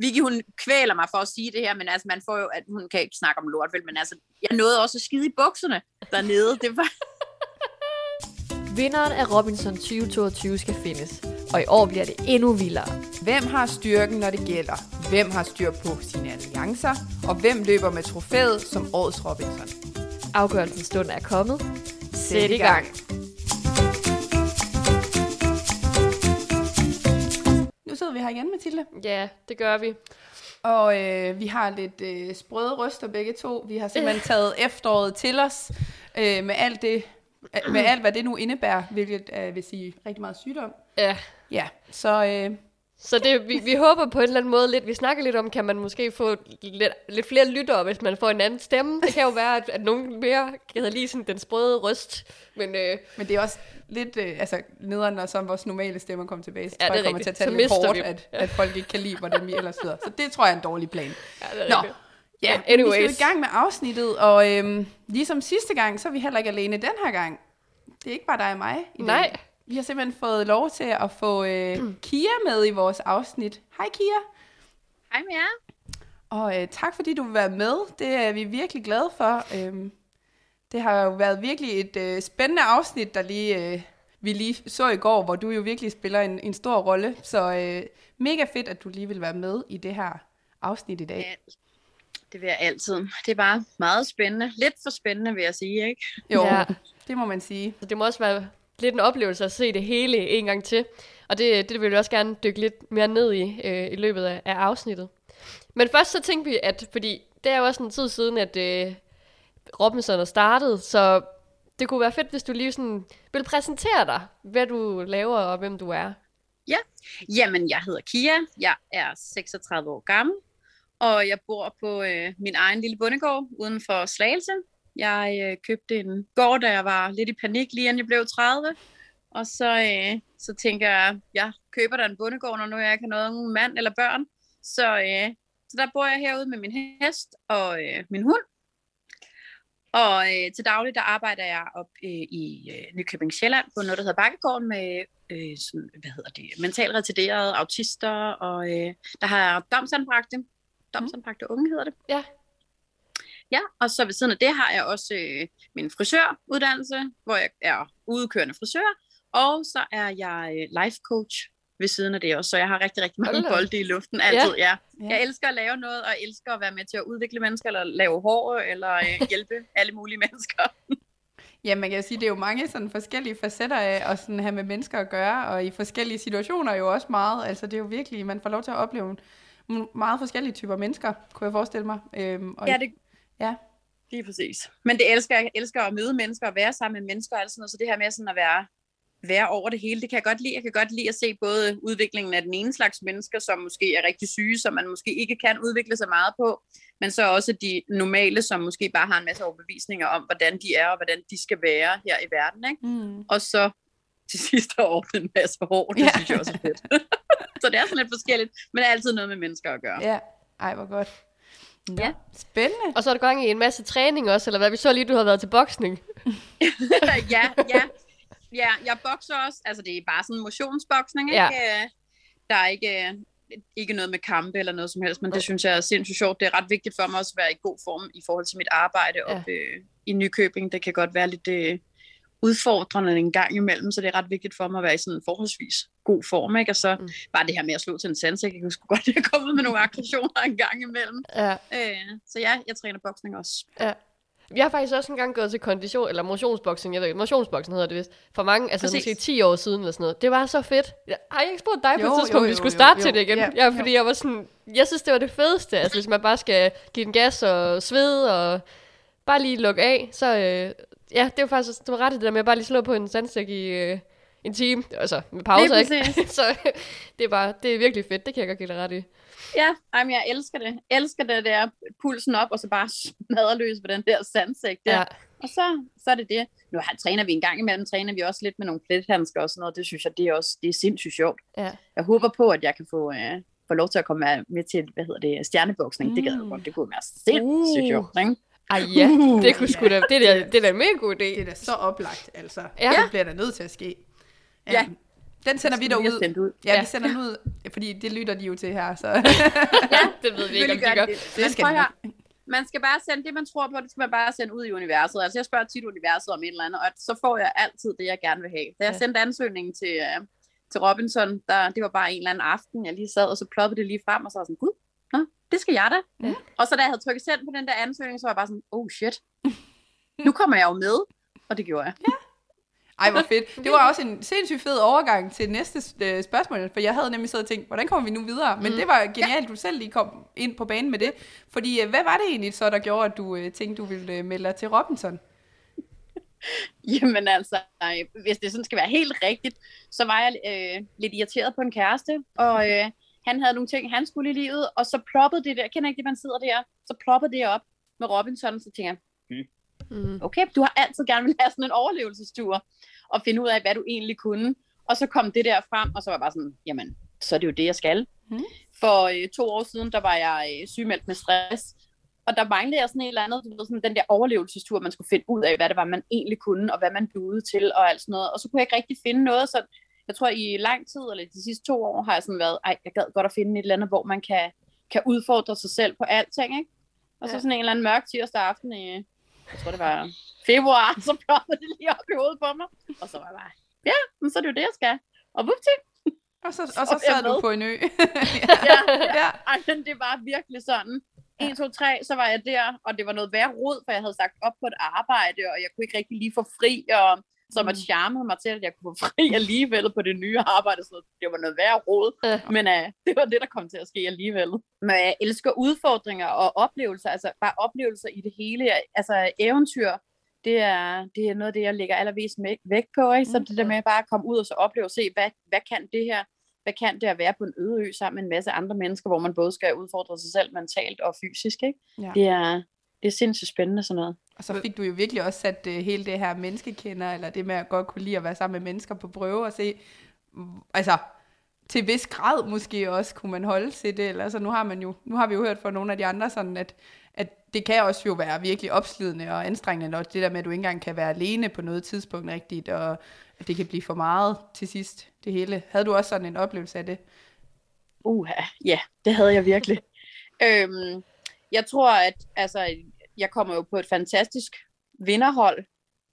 Vicky, hun kvæler mig for at sige det her, men altså, man får jo, at hun kan ikke snakke om lort, vel, men altså, jeg nåede også at skide i bukserne dernede. Det var... Vinderen af Robinson 2022 skal findes, og i år bliver det endnu vildere. Hvem har styrken, når det gælder? Hvem har styr på sine alliancer? Og hvem løber med trofæet som årets Robinson? Afgørelsens stund er kommet. Sæt i gang. Nu sidder vi her igen, Mathilde. Ja, det gør vi. Og vi har lidt sprøde ryster begge to. Vi har simpelthen taget efteråret til os med alt det, med alt hvad det nu indebærer, hvilket vil sige rigtig meget sygdom. Ja. Ja, så det, vi håber på en eller anden måde lidt, vi snakker lidt om, kan man måske få lidt flere lyttere, hvis man får en anden stemme. Det kan jo være, at nogen mere kan lide sådan den sprøde røst. Men det er også lidt nederen, når som vores normale stemmer kommer tilbage. Så ja, tror jeg kommer til at tage det lidt hårdt, at folk ikke kan lide, hvordan vi ellers lyder. Så det tror jeg er en dårlig plan. Ja, det er rigtigt. Ja, anyways. Vi skal i gang med afsnittet, og ligesom sidste gang, så er vi heller ikke alene den her gang. Det er ikke bare dig og mig i Nej. dag. Vi har simpelthen fået lov til at få Kia med i vores afsnit. Hej Kia. Hej med jer. Og tak fordi du vil være med. Det er vi virkelig glade for. Det har jo været virkelig et spændende afsnit, der vi lige så i går, hvor du jo virkelig spiller en stor rolle. Så mega fedt, at du lige vil være med i det her afsnit i dag. Ja, det vil jeg altid. Det er bare meget spændende. Lidt for spændende, vil jeg sige, ikke? Jo, ja. Det må man sige. Så det må også være lidt en oplevelse at se det hele en gang til. Og det vil vi også gerne dykke lidt mere ned i løbet af afsnittet. Men først så tænkte vi, at fordi det er jo også en tid siden, at Robinson er startet, så det kunne være fedt, hvis du lige sådan vil præsentere dig, hvad du laver og hvem du er. Ja, jamen jeg hedder Kia, jeg er 36 år gammel, og jeg bor på min egen lille bondegård uden for Slagelse. Jeg købte en gård, da jeg var lidt i panik, lige inden jeg blev 30. Og så tænker jeg køber der en bondegård, når nu jeg ikke har noget mand eller børn. Så der bor jeg herude med min hest og min hund. Og til daglig, der arbejder jeg op i Nykøbing Sjælland på noget, der hedder Bakkegården med mentalt retarderede autister. Og der har jeg domsanbragte unge, hedder det. Ja. Ja, og så ved siden af det har jeg også min frisøruddannelse, hvor jeg er udkørende frisør, og så er jeg life coach ved siden af det også, så jeg har rigtig, rigtig mange bolde i luften altid, ja. Jeg elsker at lave noget, og elsker at være med til at udvikle mennesker, eller lave hår, eller hjælpe alle mulige mennesker. Ja, man kan sige, det er jo mange sådan forskellige facetter af at sådan have med mennesker at gøre, og i forskellige situationer jo også meget, altså det er jo virkelig, man får lov til at opleve meget forskellige typer mennesker, kunne jeg forestille mig. Ja, lige præcis. Men jeg elsker at møde mennesker og være sammen med mennesker og alt sådan noget, så det her med sådan at være over det hele, det kan jeg godt lide. Jeg kan godt lide at se både udviklingen af den ene slags mennesker, som måske er rigtig syge, som man måske ikke kan udvikle sig meget på, men så også de normale, som måske bare har en masse overbevisninger om, hvordan de er og hvordan de skal være her i verden, ikke? Mm. Og så til sidst har ordnet en masse hår, det synes jeg også er fedt. Så det er sådan lidt forskelligt, men altid noget med mennesker at gøre. Ja, ej hvor godt. Ja, spændende. Og så er du gang i en masse træning også, eller hvad? Vi så lige, du har været til boksning. Ja, jeg bokser også. Altså, det er bare sådan motionsboksning, ikke? Ja. Der er ikke noget med kampe eller noget som helst, men det synes jeg er sindssygt sjovt. Det er ret vigtigt for mig også at være i god form i forhold til mit arbejde oppe i Nykøbing. Det kan godt være lidt udfordrende en gang imellem, så det er ret vigtigt for mig at være i sådan en forholdsvis god form, ikke? Og så bare det her med at slå til en sandsæk. Jeg kunne sgu godt, at jeg kom ud med nogle aggressioner en gang imellem. Ja. Så ja, jeg træner boksning også. Ja. Jeg har faktisk også engang gået til kondition, eller motionsboksning, jeg ved ikke, motionsboksning hedder det vist, for mange, altså måske 10 år siden eller sådan noget. Det var så fedt. Har jeg ikke spurgt dig på et tidspunkt, vi skulle starte til det igen? Ja, fordi jeg var sådan, jeg synes, det var det fedeste, altså hvis man bare skal give den gas og svede og bare lige lukke af, så ja, det var faktisk, det var ret det der med at bare lige slå på en sandsæk i en time, altså med pauser, ikke? Så det er virkelig fedt, det kan jeg godt give dig ret i. Ja, jeg elsker det. Elsker det der pulsen op, og så bare smadreløs på den der sandsæk der. Ja. Og så er det det. Nu træner vi en gang imellem, træner vi også lidt med nogle plethandsker og sådan noget. Det synes jeg, det er sindssygt sjovt. Ja. Jeg håber på, at jeg kan få lov til at komme med til, stjerneboksning. Det gad jeg godt. Det kunne være sindssygt sjovt, ikke? Ej ja, det kunne sgu da, det er da en mega god idé. Det er da så oplagt, altså. Ja. Det bliver da nødt til at ske. Ja. Den sender vi derud. Ja, vi sender den ud, fordi det lytter de jo til her. Så. Ja, det ved vi ikke, om de gør. Det skal man skal bare sende det, man tror på, det skal man bare sende ud i universet. Altså jeg spørger tit universet om et eller andet, og så får jeg altid det, jeg gerne vil have. Da jeg sendte ansøgningen til Robinson, det var bare en eller anden aften, jeg lige sad, og så ploppede det lige frem, og så var sådan, gud, det skal jeg da. Ja. Og så da jeg havde trykket send på den der ansøgning, så var jeg bare sådan, oh shit, nu kommer jeg jo med, og det gjorde jeg. Ja. Ej, hvor fedt. Det var også en sindssygt fed overgang til næste spørgsmål, for jeg havde nemlig siddet og tænkt, hvordan kommer vi nu videre? Men det var genialt, du selv lige kom ind på banen med det. Fordi, hvad var det egentlig så, der gjorde, at du tænkte, du ville melde dig til Robinson? Jamen altså, hvis det sådan skal være helt rigtigt, så var jeg lidt irriteret på en kæreste, og han havde nogle ting, han skulle i livet, og så ploppede det der, kender ikke det, man sidder der, så ploppede det op med Robinson, så tænker jeg, okay, du har altid gerne vil have sådan en overlevelsestur, og finde ud af, hvad du egentlig kunne. Og så kom det der frem, og så var jeg bare sådan, jamen, så er det jo det, jeg skal. For 2 år siden, der var jeg sygemeldt med stress, og der manglede jeg sådan et eller andet, sådan den der overlevelsestur, man skulle finde ud af, hvad det var, man egentlig kunne, og hvad man duede til, og alt sådan noget. Og så kunne jeg ikke rigtig finde noget, så jeg tror, i lang tid, eller de sidste 2 år, har jeg sådan været, jeg gad godt at finde et eller andet, hvor man kan udfordre sig selv på alting, ikke? Og så sådan en eller anden mørk tirsdag aften i, jeg tror det var februar, så ploppede det lige op i hovedet på mig. Og så var jeg bare, ja, men så er det jo det, jeg skal. Og vupti. Og så sad du på en ø. ja. Ej, men det var virkelig sådan. 1, 2, 3, så var jeg der, og det var noget værre rod, for jeg havde sagt op på et arbejde, og jeg kunne ikke rigtig lige få fri, og så man charmede mig til, at jeg kunne få fri alligevel på det nye arbejde, så det var noget værre rod, men det var det, der kom til at ske alligevel. Men jeg elsker udfordringer og oplevelser, altså bare oplevelser i det hele, altså eventyr, det er noget af det, jeg lægger allermest vægt på, ikke? Så det der med bare at komme ud og så opleve og se, hvad kan det her? Hvad kan det at være på en øde ø sammen med en masse andre mennesker, hvor man både skal udfordre sig selv mentalt og fysisk, ikke? Ja. Det er sindssygt spændende sådan noget. Og så fik du jo virkelig også sat hele det her menneskekender, eller det med at godt kunne lide at være sammen med mennesker på prøve og se, altså til vis grad måske også kunne man holde til det, eller altså nu har vi jo hørt fra nogle af de andre sådan, at det kan også jo være virkelig opslidende og anstrengende, og det der med, at du ikke engang kan være alene på noget tidspunkt rigtigt, og at det kan blive for meget til sidst, det hele. Havde du også sådan en oplevelse af det? Ja, det havde jeg virkelig. Jeg tror, at jeg kommer jo på et fantastisk vinderhold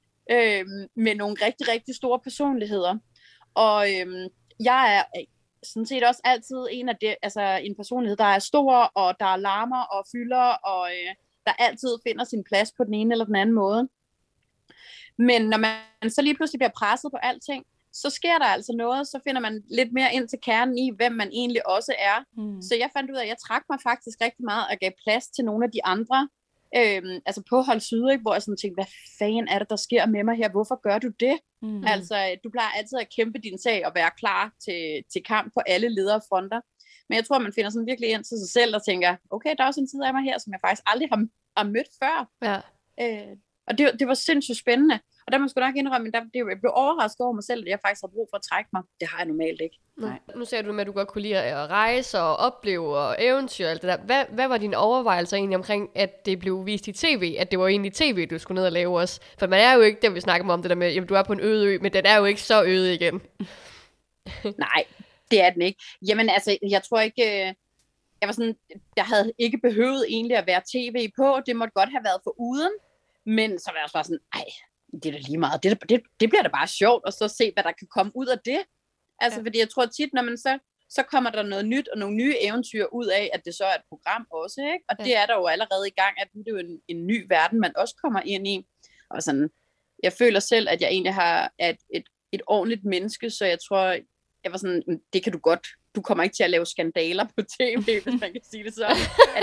med nogle rigtig, rigtig store personligheder. Og jeg er sådan set også altid en personlighed, der er stor, og der larmer og fylder, og der altid finder sin plads på den ene eller den anden måde. Men når man så lige pludselig bliver presset på alting, så sker der altså noget, så finder man lidt mere ind til kernen i, hvem man egentlig også er. Så jeg fandt ud af, at jeg trak mig faktisk rigtig meget og gav plads til nogle af de andre, altså på hold syd, ikke? Hvor jeg sådan tænkte, hvad fanden er det, der sker med mig her? Hvorfor gør du det? Altså, du plejer altid at kæmpe din sag og være klar til kamp på alle lederfronter. Men jeg tror, man finder sådan virkelig ind til sig selv og tænker, okay, der er også en side af mig her, som jeg faktisk aldrig har mødt før. Ja. Og det var sindssygt spændende. Og der må jeg sgu nok indrømme, at jeg blev overrasket over mig selv, at jeg faktisk har brug for at trække mig. Det har jeg normalt ikke. Nej. Nu ser du med, at du godt kunne lide at rejse og opleve og eventyr og alt det der. Hvad var dine overvejelser egentlig omkring, at det blev vist i tv? At det var egentlig tv, du skulle ned og lave også? For man er jo ikke, det vi snakker om det der med, jamen du er på en øde ø, men den er jo ikke så øde igen. Nej, det er den ikke. Jamen altså, jeg tror ikke... Jeg havde ikke behøvet egentlig at være tv på. Det måtte godt have været for uden. Men så var jeg også bare sådan, det er da lige meget. Det bliver da bare sjovt, og så se, hvad der kan komme ud af det. Altså, fordi jeg tror tit, når man så kommer der noget nyt, og nogle nye eventyr ud af, at det så er et program også, ikke? Og det er der jo allerede i gang, at nu er det jo en ny verden, man også kommer ind i. Og sådan, jeg føler selv, at jeg egentlig har et ordentligt menneske, så jeg tror, jeg var sådan, det kan du godt. Du kommer ikke til at lave skandaler på tv, hvis man kan sige det sådan.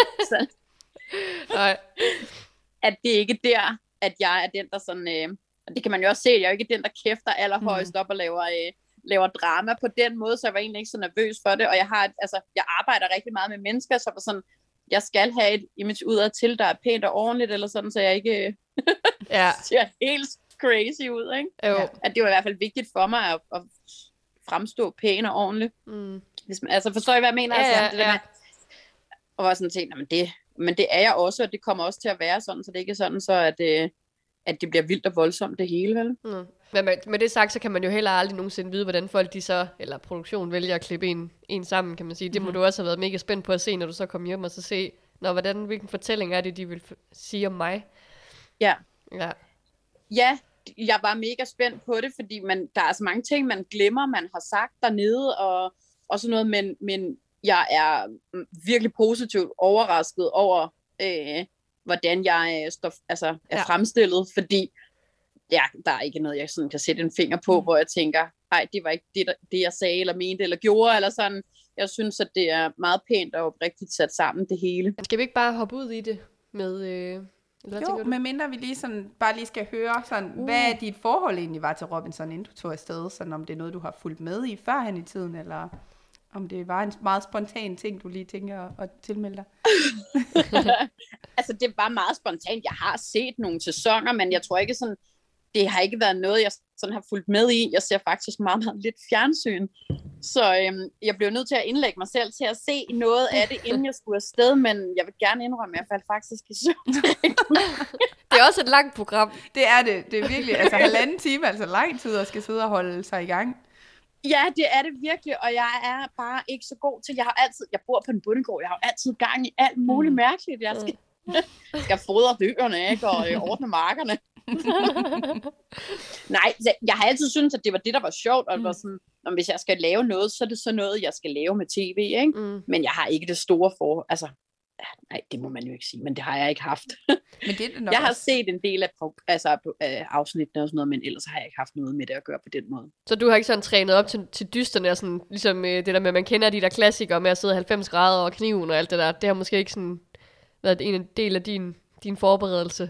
At det er ikke der, at jeg er den, der sådan... og det kan man jo også se, jeg er jo ikke den, der kæfter allerhøjst op og laver drama på den måde, så jeg var egentlig ikke så nervøs for det. Og jeg arbejder rigtig meget med mennesker, så var sådan, jeg skal have et image udad til, der er pænt og ordentligt, eller sådan, så jeg ikke ser helt crazy ud, ikke? Jo. At det var i hvert fald vigtigt for mig at fremstå pæn og ordentligt. Hvis man, forstår I, hvad jeg mener? Det der med, og var sådan tænkt, men det er jeg også, og det kommer også til at være sådan, så det ikke er sådan, så at at det bliver vildt og voldsomt det hele, vel? Mm. Men med det sagt, så kan man jo heller aldrig nogensinde vide, hvordan folk de så, eller produktionen vælger at klippe en sammen, kan man sige. Det må du også have været mega spændt på at se, når du så kommer hjem og så se, hvilken fortælling er det, de vil sige om mig. Ja. Ja, jeg var mega spændt på det, fordi der er så mange ting, man glemmer, man har sagt dernede, og sådan noget, men jeg er virkelig positivt overrasket over, hvordan jeg er fremstillet, fordi der er ikke noget, jeg sådan kan sætte en finger på, hvor jeg tænker, nej, det var ikke det, jeg sagde, eller mente, eller gjorde, eller sådan. Jeg synes, at det er meget pænt og oprigtigt sat sammen, det hele. Skal vi ikke bare hoppe ud i det med... Jo, medmindre vi lige sådan, bare lige skal høre, sådan, hvad dit forhold egentlig var til Robinson, inden du tog afsted, sådan om det er noget, du har fulgt med i førhen i tiden, eller om det var en meget spontan ting, du lige tænker at tilmelde dig. Altså, det var meget spontant. Jeg har set nogle sæsoner, men jeg tror ikke sådan, det har ikke været noget, jeg sådan har fulgt med i. Jeg ser faktisk meget, meget lidt fjernsyn. Så jeg blev nødt til at indlægge mig selv til at se noget af det, inden jeg skulle afsted, men jeg vil gerne indrømme, at jeg faldt faktisk i søvn. Det er også et langt program. Det er det. Det er virkelig, altså 1,5 time, altså lang tid, og skal sidde og holde sig i gang. Ja, det er det virkelig, og jeg er bare ikke så god til. Jeg bor på en bondegård, jeg har altid gang i alt muligt mærkeligt. Jeg skal fodre dyrene, ikke, og ordne markerne. Nej, jeg har altid syntes, at det var det, der var sjovt, og det var sådan, hvis jeg skal lave noget, så er det så noget, jeg skal lave med tv, ikke? Men jeg har ikke det store altså, nej, det må man jo ikke sige, men det har jeg ikke haft. Men det er nok jeg har set en del af afsnittene og sådan noget, men ellers har jeg ikke haft noget med det at gøre på den måde. Så du har ikke sådan trænet op til dysterne, og sådan, ligesom det der med, at man kender de der klassikere med at sidde 90 grader og kniven og alt det der, det har måske ikke sådan været en del af din forberedelse?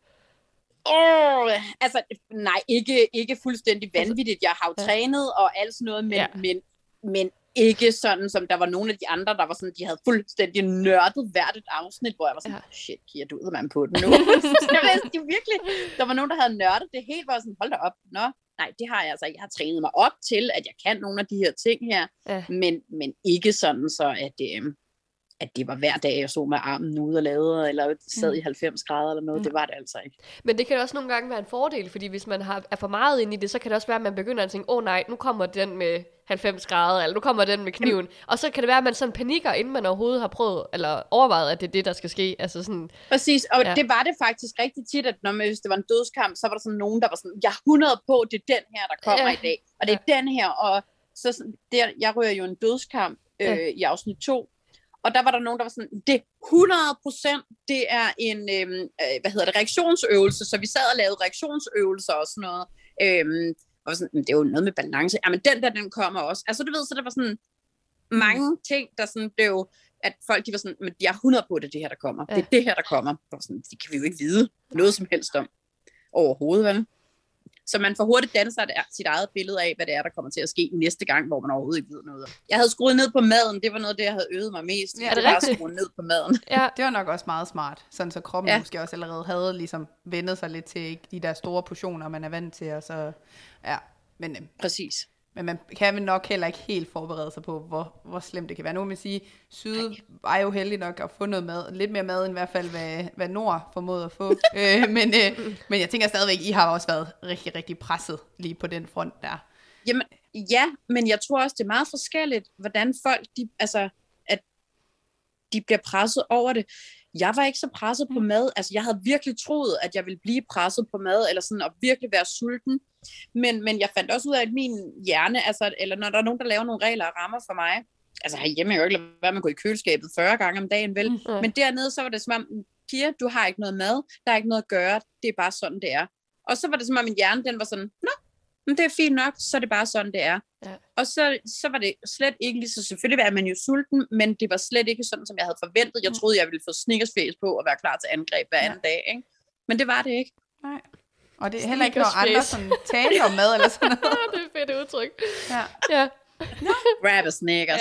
Altså, nej, ikke fuldstændig vanvittigt. Jeg har jo trænet og alt sådan noget, men ikke sådan, som der var nogle af de andre, der var sådan, de havde fuldstændig nørdet hvert et afsnit, hvor jeg var sådan, shit, Kira, du ved man på den nu. Det virkelig, der var nogen, der havde nørdet det helt, var sådan, hold da op, nej, det har jeg altså. Jeg har trænet mig op til, at jeg kan nogle af de her ting her, men ikke sådan så, at det var hver dag, jeg så med armen ude og lavede, eller sad i 90 grader eller noget. Det var det altså ikke. Men det kan også nogle gange være en fordel, fordi hvis man er for meget inde i det, så kan det også være, at man begynder at tænke, nej, nu kommer den med 90 grader, eller nu kommer den med kniven. Og så kan det være, at man sådan panikker, inden man overhovedet har prøvet, eller overvejet, at det er det, der skal ske. Altså sådan, præcis, og det var det faktisk rigtig tit, at hvis det var en dødskamp, så var der sådan nogen, der var sådan, jeg er 100 på, det er den her, der kommer i dag. Og det er den her, og så jeg rører jo en dødskamp i afsnit 2, og der var der nogen, der var sådan, det 100%, det er en, reaktionsøvelse, så vi sad og lavede reaktionsøvelser og sådan noget, og sådan, det er jo noget med balance, men den kommer også, altså du ved, så der var sådan mange ting, der sådan blev, at folk, de var sådan, men jeg er 100 på det her, der kommer, det er det her, der kommer, og sådan, det kan vi jo ikke vide noget som helst om, overhovedet, vel? Så man får hurtigt dannet sig sit eget billede af, hvad det er, der kommer til at ske næste gang, hvor man overhovedet ikke ved noget. Jeg havde skruet ned på maden. Det var noget af det, jeg havde øvet mig mest. Ja, det var at skrue ned på maden. Ja, det var nok også meget smart. Sådan så kroppen måske også allerede havde ligesom vendet sig lidt til ikke de der store portioner, man er vant til. Og så, men, præcis. Men man kan vel nok heller ikke helt forberede sig på, hvor slemt det kan være. Nu vil man sige, Syd var jo heldig nok at få noget mad. Lidt mere mad end i hvert fald, hvad Nord formåede at få. Men jeg tænker stadigvæk, I har også været rigtig, rigtig presset lige på den front der. Jamen, ja, men jeg tror også, det er meget forskelligt, hvordan folk, at de bliver presset over det. Jeg var ikke så presset på mad. Altså, jeg havde virkelig troet, at jeg ville blive presset på mad, eller sådan at virkelig være sulten. Men jeg fandt også ud af, at min hjerne, eller når der er nogen, der laver nogle regler og rammer for mig, altså herhjemme, jeg jo ikke lade være med at gå i køleskabet 40 gange om dagen, vel? Men dernede, så var det som om, Kira, du har ikke noget mad, der er ikke noget at gøre, det er bare sådan, det er. Og så var det som om, min hjerne, den var sådan, men det er fint nok, så er det bare sådan, det er. Ja. Og så var det slet ikke lige så, selvfølgelig var man jo sulten, men det var slet ikke sådan, som jeg havde forventet. Jeg troede, jeg ville få snickersfæs på og være klar til angreb hver anden dag, ikke? Men det var det ikke. Nej. Og det er heller ikke noget andre sådan tale om mad eller sådan noget. Det er fedt udtryk. Ja. Grab a Snickers.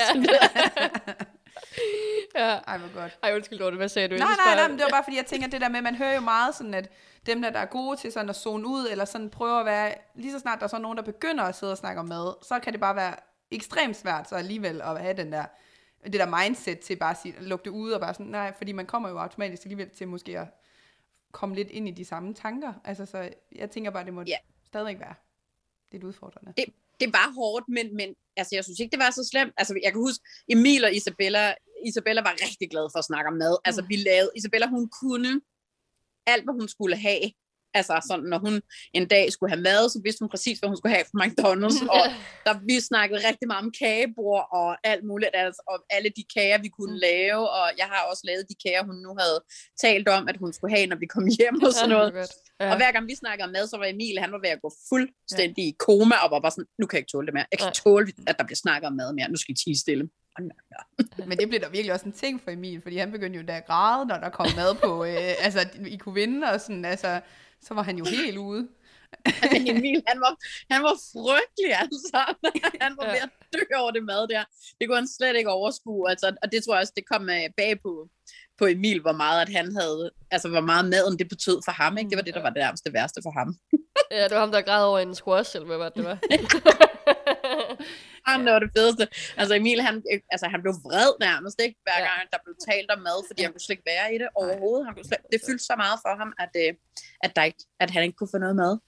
Ja. Ej, hvor godt. Ej, undskyld, Dorte, hvad sagde du? Nej, men det var bare fordi, jeg tænker det der med, man hører jo meget sådan, at dem, der er gode til sådan at zone ud, eller sådan prøve at være, lige så snart der er så nogen, der begynder at sidde og snakke om mad, så kan det bare være ekstremt svært så alligevel at have det der mindset til bare at lukke det ude, og bare sådan, nej, fordi man kommer jo automatisk alligevel til måske at komme lidt ind i de samme tanker. Altså, så jeg tænker bare, det må stadigvæk være lidt udfordrende. Det var hårdt, men altså, jeg synes ikke, det var så slemt. Altså, jeg kan huske, Emil og Isabella var rigtig glade for at snakke om mad. Altså, Isabella, hun kunne alt, hvad hun skulle have. Altså, sådan, når hun en dag skulle have mad, så vidste hun præcis, hvad hun skulle have fra McDonald's. Og vi snakkede rigtig meget om kagebord og alt muligt. Altså, og alle de kager, vi kunne lave. Og jeg har også lavet de kager, hun nu havde talt om, at hun skulle have, når vi kom hjem og sådan noget. Og hver gang vi snakkede om mad, så var Emil, han var ved at gå fuldstændig i koma, og var bare sådan, nu kan jeg ikke tåle det mere. Jeg kan ikke tåle, at der bliver snakket om mad mere. Nu skal I tie stille. Men det blev der virkelig også en ting for Emil, fordi han begyndte jo da at græde, når der kom mad på, altså I kunne vinde, og sådan, altså, så var han jo helt ude. Emil, han var frygtelig, altså. Han var ved at dø over det mad der. Det kunne han slet ikke overskue, altså, og det tror jeg også, det kom bag på Emil, hvor meget at han havde, altså hvor meget maden det betød for ham, ikke? Det var det, der var det nærmeste værste for ham. Ja, det var ham, der græd over en squash, eller hvad det var. Det var det fedeste. Altså Emil, han blev vred nærmest, ikke? Hver gang der blev talt om mad, fordi han kunne slet ikke være i det overhovedet. Det fyldte så meget for ham, at han ikke kunne få noget mad.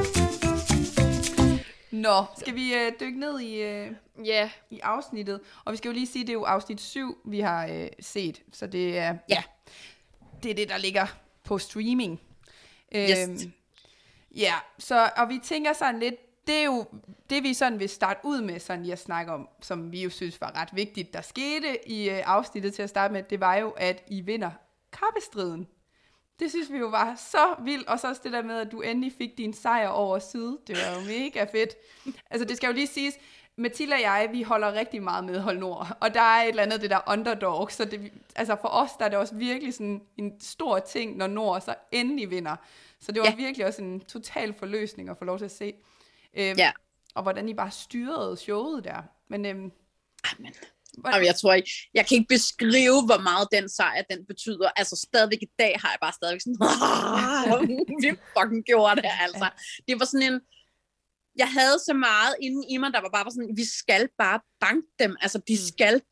Nå, skal vi dykke ned i afsnittet? Og vi skal jo lige sige, det er jo afsnit 7, vi har set. Så det er det er det, der ligger på streaming. Yes. Ja, så, og vi tænker sådan lidt, det er jo det, vi sådan vil starte ud med, sådan jeg snakker om, som vi jo synes var ret vigtigt, der skete i afsnittet til at starte med, det var jo, at I vinder kappestriden. Det synes vi jo var så vildt, og så også det der med, at du endelig fik din sejr over Syd. Det var jo mega fedt. Altså det skal jo lige siges, Mathilde og jeg, vi holder rigtig meget med Hold Nord, og der er et eller andet det der underdog, så det, altså for os der er det også virkelig sådan en stor ting, når Nord så endelig vinder. Så det var virkelig også en total forløsning at få lov til at se. Og hvordan I bare styrede showet der. Men jeg tror ikke, jeg kan ikke beskrive, hvor meget den sejr, den betyder. Altså stadigvæk i dag har jeg bare stadigvæk sådan, vi fucking gjorde det, altså. Det var sådan en, jeg havde så meget inden i mig, der var bare sådan, vi skal bare banke dem. Altså de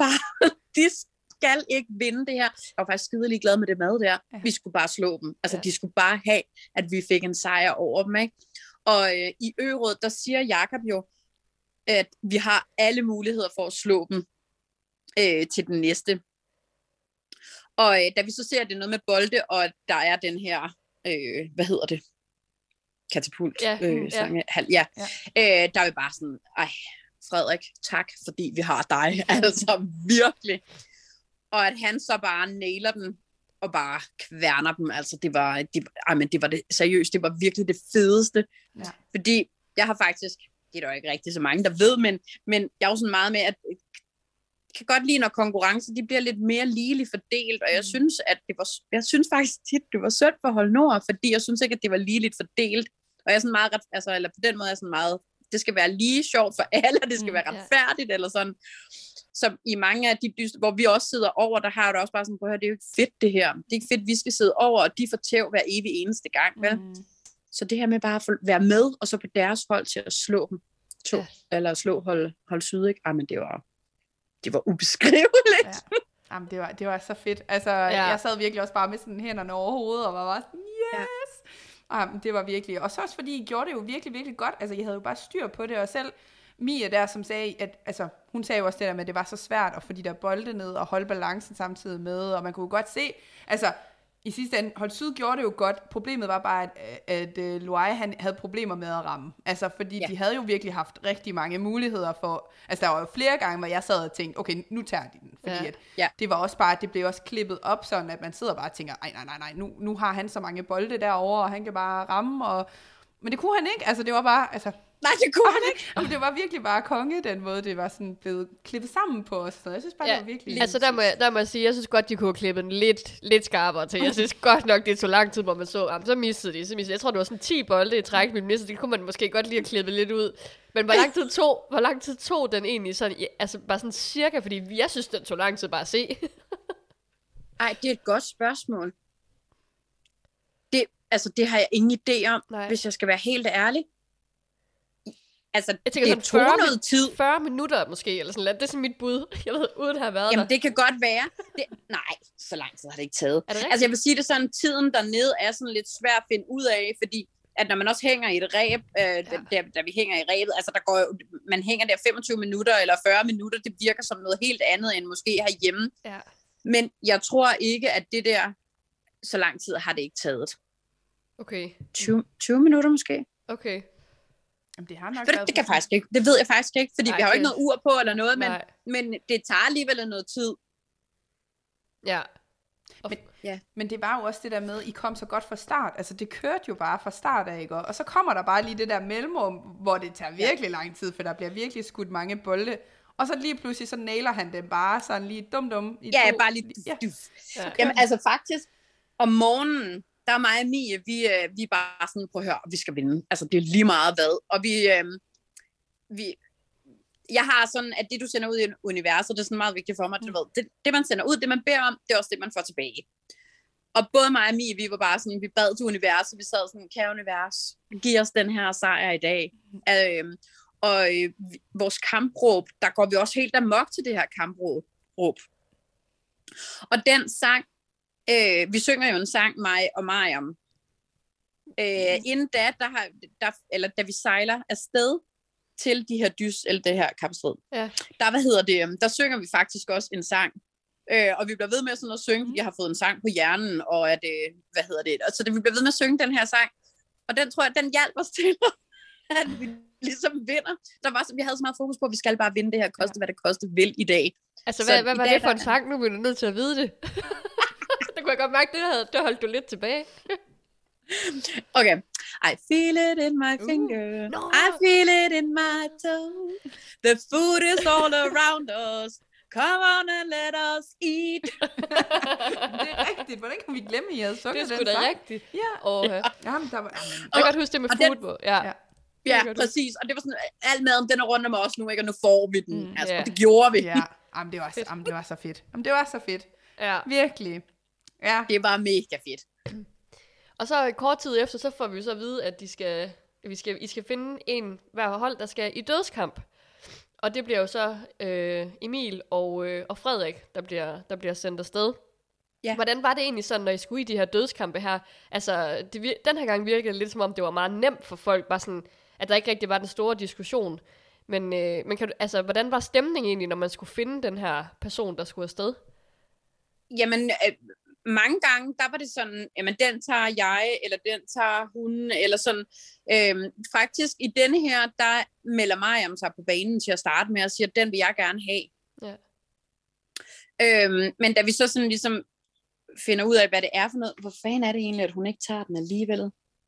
skal ikke vinde det her. Jeg var faktisk skidelig glad med det mad der. Vi skulle bare slå dem. Altså de skulle bare have, at vi fik en sejr over dem, ikke? Og i Ø-rådet, der siger Jakob jo, at vi har alle muligheder for at slå dem til den næste. Og da vi så ser det noget med bolde, og der er den her, hvad hedder det? Katapult. Der er vi bare sådan, Frederik, tak, fordi vi har dig. Altså virkelig. Og at han så bare nailer den, og bare kværner dem. Altså det var det seriøst, det var virkelig det fedeste. Ja. Fordi jeg har faktisk, det er der jo ikke rigtig så mange, der ved, men jeg er jo sådan meget med, at kan godt lide, når konkurrencer, de bliver lidt mere ligeligt fordelt, og jeg synes faktisk tit, det var synd for Hold Nord, fordi jeg synes ikke, at det var ligeligt fordelt. Og jeg er sådan meget, eller på den måde er jeg sådan meget, det skal være lige sjovt for alle, og det skal være retfærdigt, eller sådan. Så i mange af de dyster, hvor vi også sidder over, der har du også bare sådan, på her, det er jo ikke fedt det her. Det er ikke fedt, vi skal sidde over, og de får tæv hver evig eneste gang, vel? Så det her med bare at være med, og så på deres hold til at slå dem eller slå hold Syd, ikke? Men det var ubeskriveligt. Ja. Jamen, det var så fedt. Altså, jeg sad virkelig også bare med sådan hænderne over hovedet, og var bare sådan, yes! Ja. Det var virkelig, og så også fordi I gjorde det jo virkelig, virkelig godt. Altså, I havde jo bare styr på det, og selv Mia der, som sagde, at altså, hun sagde jo også det der med, at det var så svært at få de der bolde ned og holde balancen samtidig med, og man kunne godt se, altså, i sidste ende, Hold Syd gjorde det jo godt. Problemet var bare, at Luai, han havde problemer med at ramme. Altså, fordi de havde jo virkelig haft rigtig mange muligheder for... Altså, der var jo flere gange, hvor jeg sad og tænkte, okay, nu tager de den. Fordi det var også bare, det blev også klippet op sådan, at man sidder bare og tænker, nej, nu har han så mange bolde derovre, og han kan bare ramme, men det kunne han ikke. Altså, det var bare... Altså, nej, det kunne han ikke. Jamen, det var virkelig bare konge, den måde, det var sådan blevet klippet sammen på os. Så jeg synes bare, det var virkelig... Altså, der må jeg sige, jeg synes godt, de kunne have klippet den lidt skarpere til. Jeg synes godt nok, det tog lang tid, hvor man så missede de. Jeg tror, det var sådan 10 bolde i træk, men det kunne man måske godt lige have klippet lidt ud. Men hvor lang tid tog den egentlig sådan, altså bare sådan cirka, fordi jeg synes, den tog lang tid bare at se. Ej, det er et godt spørgsmål. Det har jeg ingen idé om, hvis jeg skal være helt ærlig. Altså, jeg tænker det sådan tog noget tid. 40 minutter måske, eller sådan noget. Det er sådan mit bud. Jeg ved, uden at have været Jamen, det kan godt være. Nej, så lang tid har det ikke taget. Altså jeg vil sige det sådan, tiden dernede er sådan lidt svær at finde ud af, fordi at når man også hænger i et ræb, da vi hænger i ræbet, altså man hænger der 25 minutter eller 40 minutter, det virker som noget helt andet end måske herhjemme. Ja. Men jeg tror ikke, at det der, så lang tid har det ikke taget. Okay. 20 minutter måske. Okay. Jamen, det har nok det kan faktisk ikke. Det ved jeg faktisk ikke, fordi vi har jo ikke noget ur på eller noget, men det tager alligevel noget tid. Ja. Men det var jo også det der med, I kom så godt fra start. Altså, det kørte jo bare fra start af, ikke? Og så kommer der bare lige det der mellemrum, hvor det tager virkelig lang tid, for der bliver virkelig skudt mange bolde. Og så lige pludselig, så nailer han dem bare sådan lige dum. Ja, bare lige. Ja. Jamen, altså faktisk, om morgenen, der er mig og Mie, vi er bare sådan, prøv at høre, vi skal vinde. Altså, det er lige meget hvad. Og jeg har sådan, at det du sender ud i universet, det er sådan meget vigtigt for mig, at du ved, det man sender ud, det man beder om, det er også det, man får tilbage. Og både mig og Mie, vi var bare sådan, vi bad til universet, vi sad sådan, kære univers, giv os den her sejr i dag. Vores kampråb, der går vi også helt amok til det her kampråb. Og den sang, vi synger jo en sang, mig og Mariam. Inden da vi sejler afsted til de her eller det her kampstrid, der synger vi faktisk også en sang. Og vi bliver ved med sådan at synge, jeg har fået en sang på hjernen, og at, og så vi bliver ved med at synge den her sang. Og den tror jeg, den hjalp os til, at vi ligesom vinder. Vi havde så meget fokus på, at vi skal bare vinde det her, koste hvad det koste vil i dag. Altså, hvad var det for en sang? Nu er vi nødt til at vide det. Det kunne jeg godt mærke, det holdt du lidt tilbage. Okay. I feel it in my finger. No. I feel it in my toe. The food is all around us. Come on and let us eat. Det er rigtigt. Hvordan kan vi glemme, at I havde sunget den sang? Det er sgu da rigtigt. Ja. Jamen, jeg kan godt huske det med food på. Ja, præcis. Og det var sådan, al maden, den er rundt om os nu, ikke? Og nu får vi den. Og det gjorde vi. Ja. Jamen, det var så fedt. Det var så fedt. Ja. Virkelig. Ja. Det var mega fedt. Og så kort tid efter, så får vi så at vide, at I skal finde en hver hold, der skal i dødskamp. Og det bliver jo så Emil og Frederik, der bliver sendt afsted. Ja. Hvordan var det egentlig sådan, når I skulle i de her dødskampe her? Altså, den her gang virkede det lidt som om, det var meget nemt for folk, bare sådan, at der ikke rigtig var den store diskussion. Men hvordan var stemningen egentlig, når man skulle finde den her person, der skulle afsted? Jamen, mange gange, der var det sådan, jamen den tager jeg, eller den tager hun, eller sådan. Faktisk i denne her, der melder Mariam sig på banen til at starte med, og siger, den vil jeg gerne have. Ja. Men da vi så sådan ligesom finder ud af, hvad det er for noget, hvor fanden er det egentlig, at hun ikke tager den alligevel?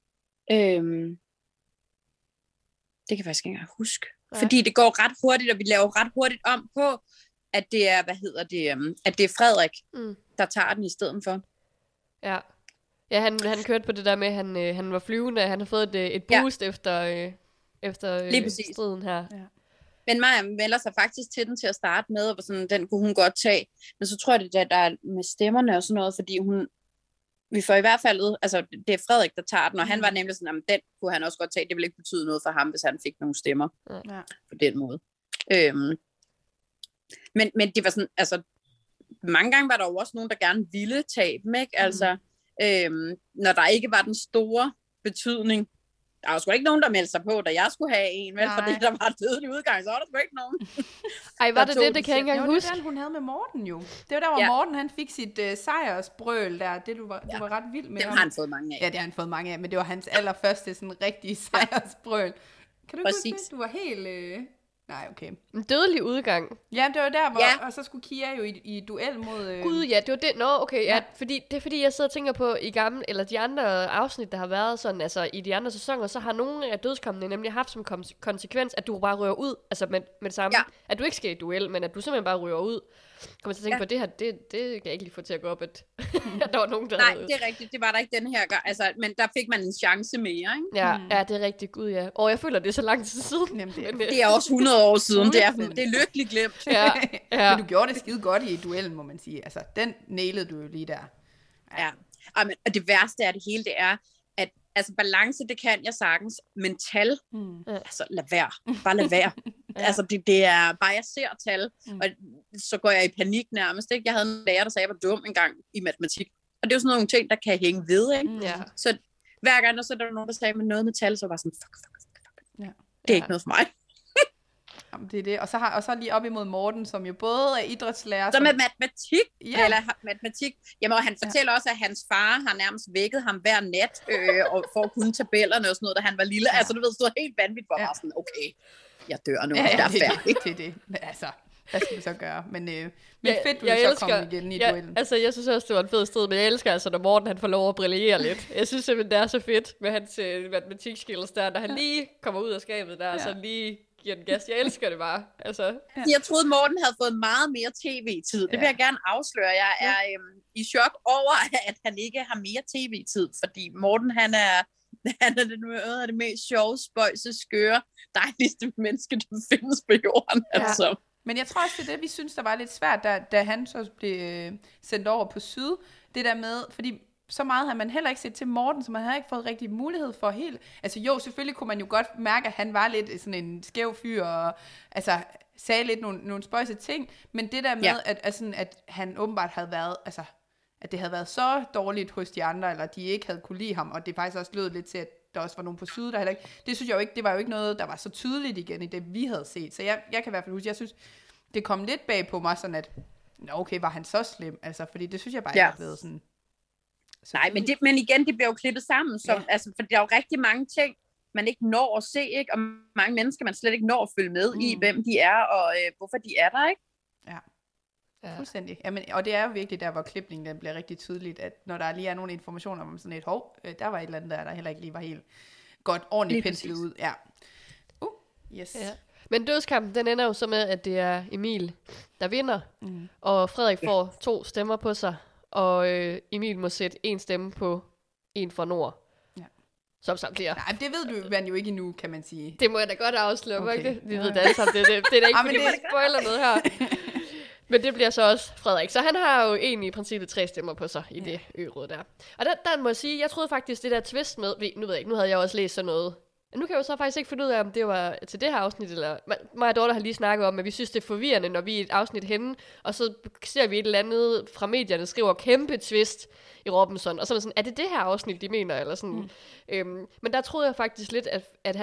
Det kan jeg faktisk ikke engang huske. Ja. Fordi det går ret hurtigt, og vi laver ret hurtigt om på, at det er, at det er Frederik, der tager den i stedet for. Ja. Ja, han kørte på det der med, at han var flyvende, han har fået et boost efter striden her. Ja. Men Maja melder sig faktisk til den til at starte med, og sådan, den kunne hun godt tage. Men så tror jeg, det der er med stemmerne og sådan noget, fordi vi får i hvert fald, altså det er Frederik, der tager den, og han var nemlig sådan, at den kunne han også godt tage. Det ville ikke betyde noget for ham, hvis han fik nogle stemmer på den måde. Men det var sådan, altså mange gange var der jo også nogen, der gerne ville tage dem, ikke? Altså, når der ikke var den store betydning. Der var sgu ikke nogen, der meldte sig på, da jeg skulle have en, vel? Fordi der var dødelig udgang, så var der sgu ikke nogen. Ej, var det det? Det kan jeg ikke engang huske. Det var den, hun havde med Morten jo. Det var der, hvor Morten han fik sit sejrsbrøl der. Det du var ret vild med. Det har han fået mange af. Ja, det har han fået mange af, men det var hans allerførste sådan rigtige sejrsbrøl. Kan du huske det? Du var helt... Nej, okay. En dødelig udgang. Ja, det var der, hvor og så skulle Kia jo i duel mod... Gud, ja, det var det. Nå, okay, ja. Fordi jeg sidder og tænker på i gamle, eller de andre afsnit, der har været sådan, altså i de andre sæsoner, så har nogle af dødskampene nemlig haft som konsekvens, at du bare rører ud, altså med det samme. Ja. At du ikke skal i duel, men at du simpelthen bare rører ud. Kommer til at tænke på, det her, det kan jeg ikke lige få til at gå op, at der var nogen, der... Nej, det er rigtigt, det var der ikke den her gang, altså, men der fik man en chance mere, ikke? Ja, det er rigtigt, gud ja. Og jeg føler, det er så lang tid siden. Jamen, det er også 100 år siden, det er lykkeligt glemt. Ja. Men du gjorde det skide godt i duellen, må man sige. Altså, den nailede du jo lige der. Ja. Og det værste af det hele, det er, at altså, balance, det kan jeg sagtens, men tal, altså lad være, bare lad være. Altså, det er bare, jeg ser tal, og så går jeg i panik nærmest, ikke? Jeg havde en lærer, der sagde, at jeg var dum engang i matematik. Og det er jo sådan nogle ting, der kan hænge ved, ikke? Så hver gang, der så der nogen, der sagde med noget med tal, så var sådan, fuck. Ja. Det er ikke noget for mig. Jamen, det er det. Og så lige op imod Morten, som jo både er idrætslærer... Så med matematik, eller matematik. Jamen, og han fortæller også, at hans far har nærmest vækket ham hver nat, og for at kunne tabellerne og sådan noget, da han var lille. Ja. Altså, du ved, det stod helt vanvittigt for mig. Sådan, okay, jeg dør nu, der er færdigt. Det er det. Men altså, hvad skal vi så gøre? Men fedt, du så komme igen i duellen. Altså, jeg synes også, det var en fed strid, men jeg elsker altså, når Morten han får lov at brillere lidt. Jeg synes simpelthen, det er så fedt med hans matematikskills der, når han lige kommer ud af skabet der, så lige giver den gas. Jeg elsker det bare. Altså. Jeg troede, Morten havde fået meget mere tv-tid. Det vil jeg gerne afsløre. Jeg er i chok over, at han ikke har mere tv-tid, fordi Morten, han er noget af det mest sjove, spøjse, skøre, dejligste menneske, der findes på jorden. Ja. Altså. Men jeg tror også, det er det, vi synes, der var lidt svært, da han så blev sendt over på Syd. Det der med, fordi så meget har man heller ikke set til Morten, så man havde ikke fået rigtig mulighed for helt... Altså jo, selvfølgelig kunne man jo godt mærke, at han var lidt sådan en skæv fyr, og altså sagde lidt nogle spøjse ting, men det der med, at han åbenbart havde været... Altså, at det havde været så dårligt hos de andre, eller de ikke havde kunne lide ham, og det faktisk også lød lidt til, at der også var nogen på Syd, der heller ikke... Det synes jeg jo ikke, det var jo ikke noget, der var så tydeligt igen i det, vi havde set. Så jeg kan i hvert fald huske, jeg synes, det kom lidt bag på mig, sådan at, okay, var han så slem? Altså, fordi det synes jeg bare ikke er blevet sådan... Nej, men igen, det bliver jo klippet sammen, altså, for der er jo rigtig mange ting, man ikke når at se, ikke? Og mange mennesker, man slet ikke når at følge med i, hvem de er, og hvorfor de er der, ikke? Ja, fuldstændig. Jamen, og det er jo virkelig der, hvor klipningen den bliver rigtig tydeligt, at når der lige er nogle informationer om sådan et der var et eller andet der heller ikke lige var helt godt ordentligt penslet ud. Ja. Yes. Ja. Men dødskampen, den ender jo så med, at det er Emil, der vinder, og Frederik får 2 stemmer på sig, og Emil må sætte 1 stemme på en fra Nord. Ja. Som samtliger. Nej, det ved man jo ikke endnu, kan man sige. Det må jeg da godt afsløre, ikke? Vi ved det alle sammen. Det er da ikke, fordi man spoiler noget her. Men det bliver så også Frederik. Så han har jo egentlig i princippet 3 stemmer på sig i det ø-råd der. Og der må jeg sige, jeg troede faktisk, det der twist med... Nu ved jeg ikke, nu havde jeg også læst sådan noget. Men nu kan jeg jo så faktisk ikke finde ud af, om det var til det her afsnit, eller... Mig og Dorte har lige snakket om, at vi synes, det er forvirrende, når vi er i et afsnit henne, og så ser vi et eller andet fra medierne, skriver kæmpe twist i Robinson, og så er sådan, er det det her afsnit, de mener, eller sådan. Men der troede jeg faktisk lidt,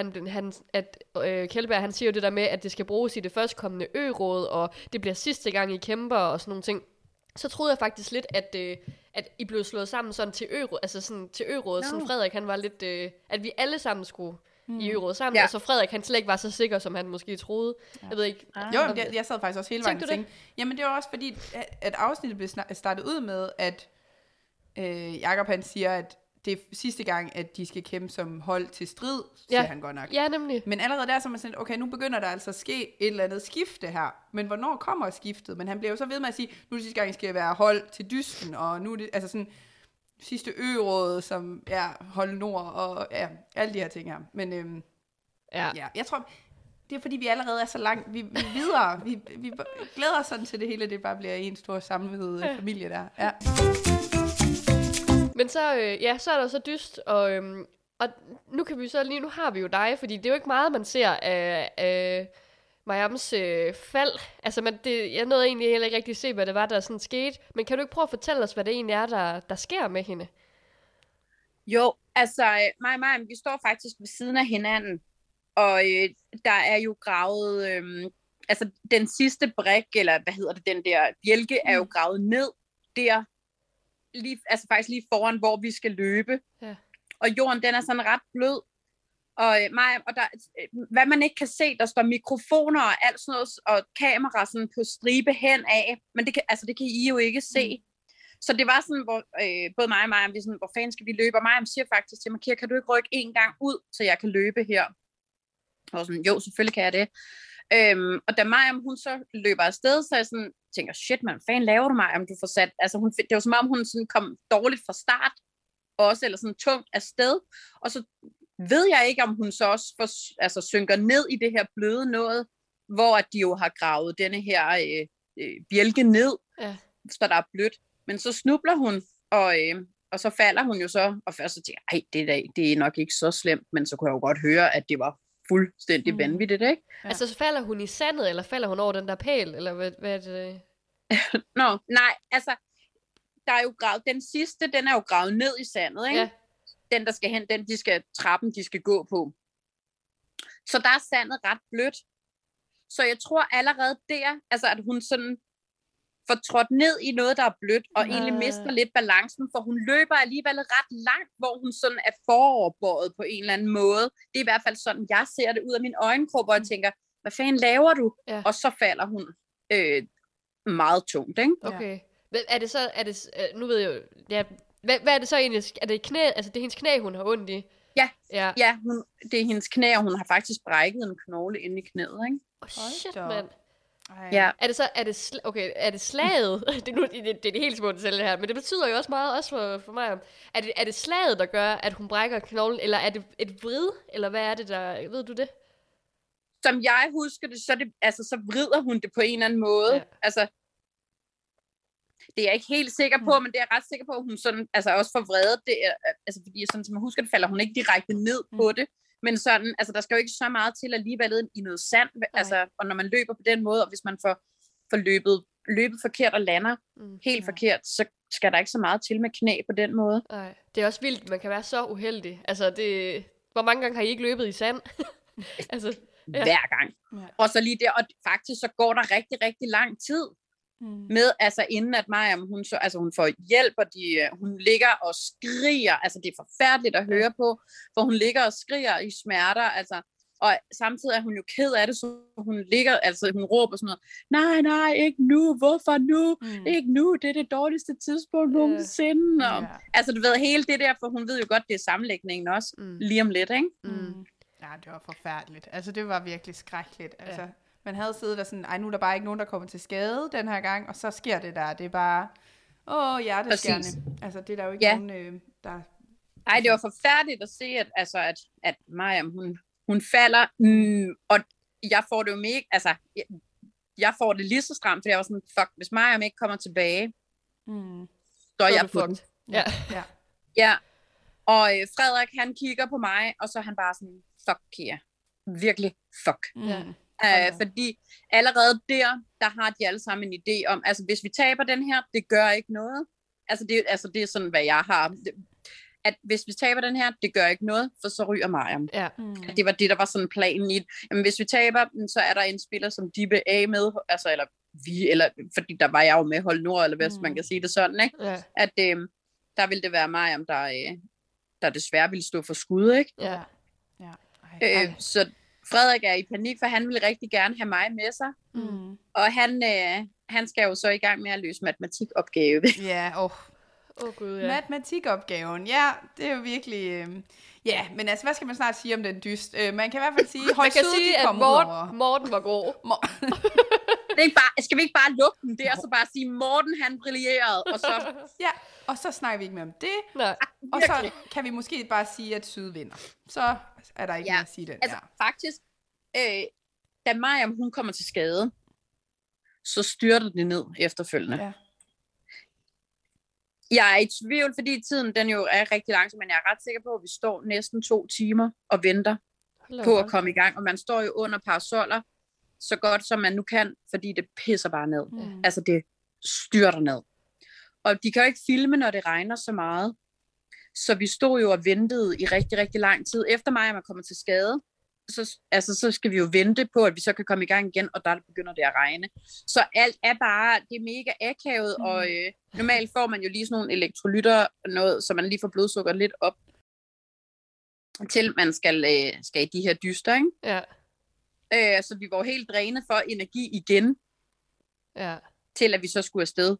at Kjeldberg, han siger jo det der med, at det skal bruges i det førstkommende ø-råd, og det bliver sidste gang, I kæmper, og sådan nogle ting. Så troede jeg faktisk lidt, at I blev slået sammen sådan til ø-råd, altså sådan til ø-rådet, sådan Frederik, han var lidt, at vi alle sammen skulle i ø-rådet sammen, og så Frederik, han slet ikke var så sikker, som han måske troede. Jeg ved ikke. Jo, jeg sad faktisk også hele vejen og tænkte, jamen det var også fordi, at afsnittet blev startet ud med, at Jakob han siger, at det er sidste gang, at de skal kæmpe som hold til strid, siger han godt nok. Ja, nemlig. Men allerede der så er man sådan, okay, nu begynder der altså at ske et eller andet skifte her. Men hvornår kommer skiftet? Men han bliver jo så ved med at sige, nu er det sidste gang, skal være hold til dysten, og nu er det altså sådan sidste ø-råd, som hold nord, og alle de her ting her. Men jeg tror, det er fordi, vi allerede er så langt, vi er videre. Vi glæder os sådan til det hele, det bare bliver en stor samlet familie der. Ja. Men så, så er der så dyst, og nu kan vi så lige, nu har vi jo dig, fordi det er jo ikke meget, man ser af Mariams fald. Altså, jeg nåede egentlig heller ikke rigtig se, hvad det var, der sådan skete. Men kan du ikke prøve at fortælle os, hvad det egentlig er, der sker med hende? Jo, altså, mig og Mariam, vi står faktisk ved siden af hinanden, og der er jo gravet, altså den sidste brik, eller hvad hedder det, den der bjælke, er jo gravet ned der, faktisk lige foran, hvor vi skal løbe. Ja. Og jorden, den er sådan ret blød. Og der, hvad man ikke kan se, der står mikrofoner og alt sådan noget, og kamera sådan på stribe hen af, men det kan I jo ikke se. Så det var sådan, hvor både mig og Mariam, vi sådan, hvor fanden skal vi løbe? Og Mariam siger faktisk til mig, Kira, kan du ikke rykke en gang ud, så jeg kan løbe her? Og sådan, jo, selvfølgelig kan jeg det. Og da Mariam, hun så løber afsted, så jeg sådan tænker, shit man, hvad fanden laver du, Mariam, du får sat, altså det var som om hun sådan kom dårligt fra start, også, eller sådan tungt afsted, og så ved jeg ikke, om hun så også synker ned i det her bløde noget, hvor at de jo har gravet denne her bjælke ned, så der er blødt, men så snubler hun, og så falder hun jo så, og først så tænker jeg, det er nok ikke så slemt, men så kunne jeg jo godt høre, at det var fuldstændig vanvittigt, ikke? Ja. Altså, så falder hun i sandet, eller falder hun over den der pæl, eller hvad er det? Nå, nej, altså, der er jo gravet, den sidste, den er jo gravet ned i sandet, ikke? Ja. Den, der skal hen, trappen, de skal gå på. Så der er sandet ret blødt. Så jeg tror allerede der, altså at hun sådan får trådt ned i noget, der er blødt, og egentlig mister lidt balancen, for hun løber alligevel ret langt, hvor hun sådan er foroverbøjet på en eller anden måde. Det er i hvert fald sådan, jeg ser det ud af min øjenkrop, og jeg tænker, hvad fanden laver du? Ja. Og så falder hun meget tungt, ikke? Okay. Er det så, nu ved jeg jo, hvad er det så egentlig, er det knæ, altså det er hendes knæ, hun har ondt i? Ja, det er hendes knæ, og hun har faktisk brækket en knogle inde i knæet, ikke? Shit, mand. Ja. Er det så, er det slaget? det er det helt små detaljer her, men det betyder jo også meget, også for mig. Er det slaget, der gør, at hun brækker knoglen, eller er det et vrid, eller hvad er det der, ved du det? Som jeg husker det, så vrider hun det på en eller anden måde. Ja. Altså, det er jeg ikke helt sikker på, men det er jeg ret sikker på, at hun sådan, altså også får vredet det, altså fordi sådan, som jeg husker det, falder hun ikke direkte ned på det, men sådan, altså der skal jo ikke så meget til alligevel i noget sand, altså, og når man løber på den måde, og hvis man får løbet forkert og lander helt forkert, så skal der ikke så meget til med knæ på den måde. Nej. Det er også vildt, man kan være så uheldig. Altså, hvor mange gange har I ikke løbet i sand? Altså, hver gang. Ja. Og så lige der, og faktisk så går der rigtig, rigtig lang tid med, altså inden at Mariam, hun får hjælp, og hun ligger og skriger, altså det er forfærdeligt at høre på, for hun ligger og skriger i smerter, altså, og samtidig er hun jo ked af det, så hun ligger, altså hun råber sådan noget, nej, ikke nu, hvorfor nu, ikke nu, det er det dårligste tidspunkt nogensinde, og, altså du ved, hele det der, for hun ved jo godt, det er sammenlægningen også, lige om lidt, ikke? Ja, det var forfærdeligt, altså det var virkelig skrækkeligt, altså. Man havde siddet der sådan, nu er der bare ikke nogen, der kommer til skade den her gang, og så sker det der. Det er bare, hjerteskærende. Altså, det er der jo ikke nogen, der... Ej, det var forfærdeligt at se, at Mariam, hun falder, og jeg får det jo mega, altså, jeg får det lige så stramt, for jeg var sådan, fuck, hvis Mariam ikke kommer tilbage, så er jeg på den. Ja. Og Frederik, han kigger på mig, og så er han bare sådan, fuck, Kia. Virkelig, fuck. Fordi allerede der har de alle sammen en idé om, altså hvis vi taber den her, det gør ikke noget. Altså det er sådan, hvad jeg har. At hvis vi taber den her, det gør ikke noget, for så ryger Mariam. Ja. Det var det, der var sådan planen i det. Jamen, hvis vi taber, så er der en spiller, som de vil af med, altså, eller fordi der var jeg jo med Hold Nord, eller hvis man kan sige det sådan, ikke? Ja. At der ville det være Mariam, der desværre ville stå for skud, ikke? Ja. Så Frederik er i panik, for han ville rigtig gerne have mig med sig. Og han skal jo så i gang med at løse matematikopgave. Ja, Gud, ja. Matematikopgaven, ja, det er jo virkelig... men altså, hvad skal man snart sige om den dyst? Man kan i hvert fald sige, man kan sige, at Morten var god. Skal vi ikke bare lukke den der, og så bare sige, Morten han brillerede, og så... Ja, og så snakker vi ikke mere om det. Nej. Og så kan vi måske bare sige, at Syd vinder. Så er der ikke mere at sige den. Altså faktisk, da Mariam hun kommer til skade, så styrter det ned efterfølgende. Ja. Jeg er i tvivl, fordi tiden den jo er rigtig langsom, men jeg er ret sikker på, at vi står næsten 2 timer og venter på at komme i gang. Og man står jo under parasoller, så godt som man nu kan, fordi det pisser bare ned. Altså det styrter ned. Og de kan jo ikke filme, når det regner så meget. Så vi stod jo og ventede i rigtig, rigtig lang tid. Efter mig, at man kommer til skade, så skal vi jo vente på, at vi så kan komme i gang igen, og der begynder det at regne. Så alt er bare, det er mega akavet, og normalt får man jo lige sådan nogle elektrolytter, noget, så man lige får blodsukker lidt op, til man skal i de her dyster, ikke? Ja. Så vi var helt drænet for energi igen, til at vi så skulle afsted.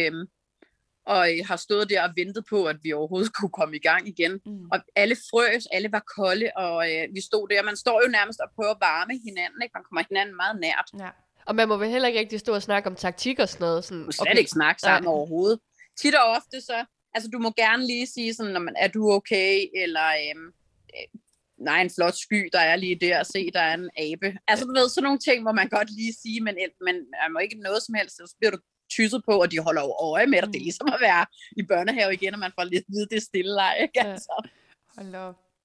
Og har stået der og ventet på, at vi overhovedet kunne komme i gang igen. Og alle frøs, alle var kolde, og vi stod der. Man står jo nærmest og prøver at varme hinanden, ikke? Man kommer hinanden meget nært. Ja. Og man må vel heller ikke rigtig stå og snakke om taktik og sådan noget. Sådan, du slet ikke snakke sammen overhovedet. Tit og ofte så, altså du må gerne lige sige sådan, er du okay, eller nej, en flot sky, der er lige der, se, der er en abe. Altså du ved, sådan nogle ting må man godt lige sige, men man må ikke noget som helst, så bliver du tysset på, og de holder over øje med dig. Det er ligesom at være i børnehave igen, og man får lidt vide det stille leg, ikke? Altså. Hold op.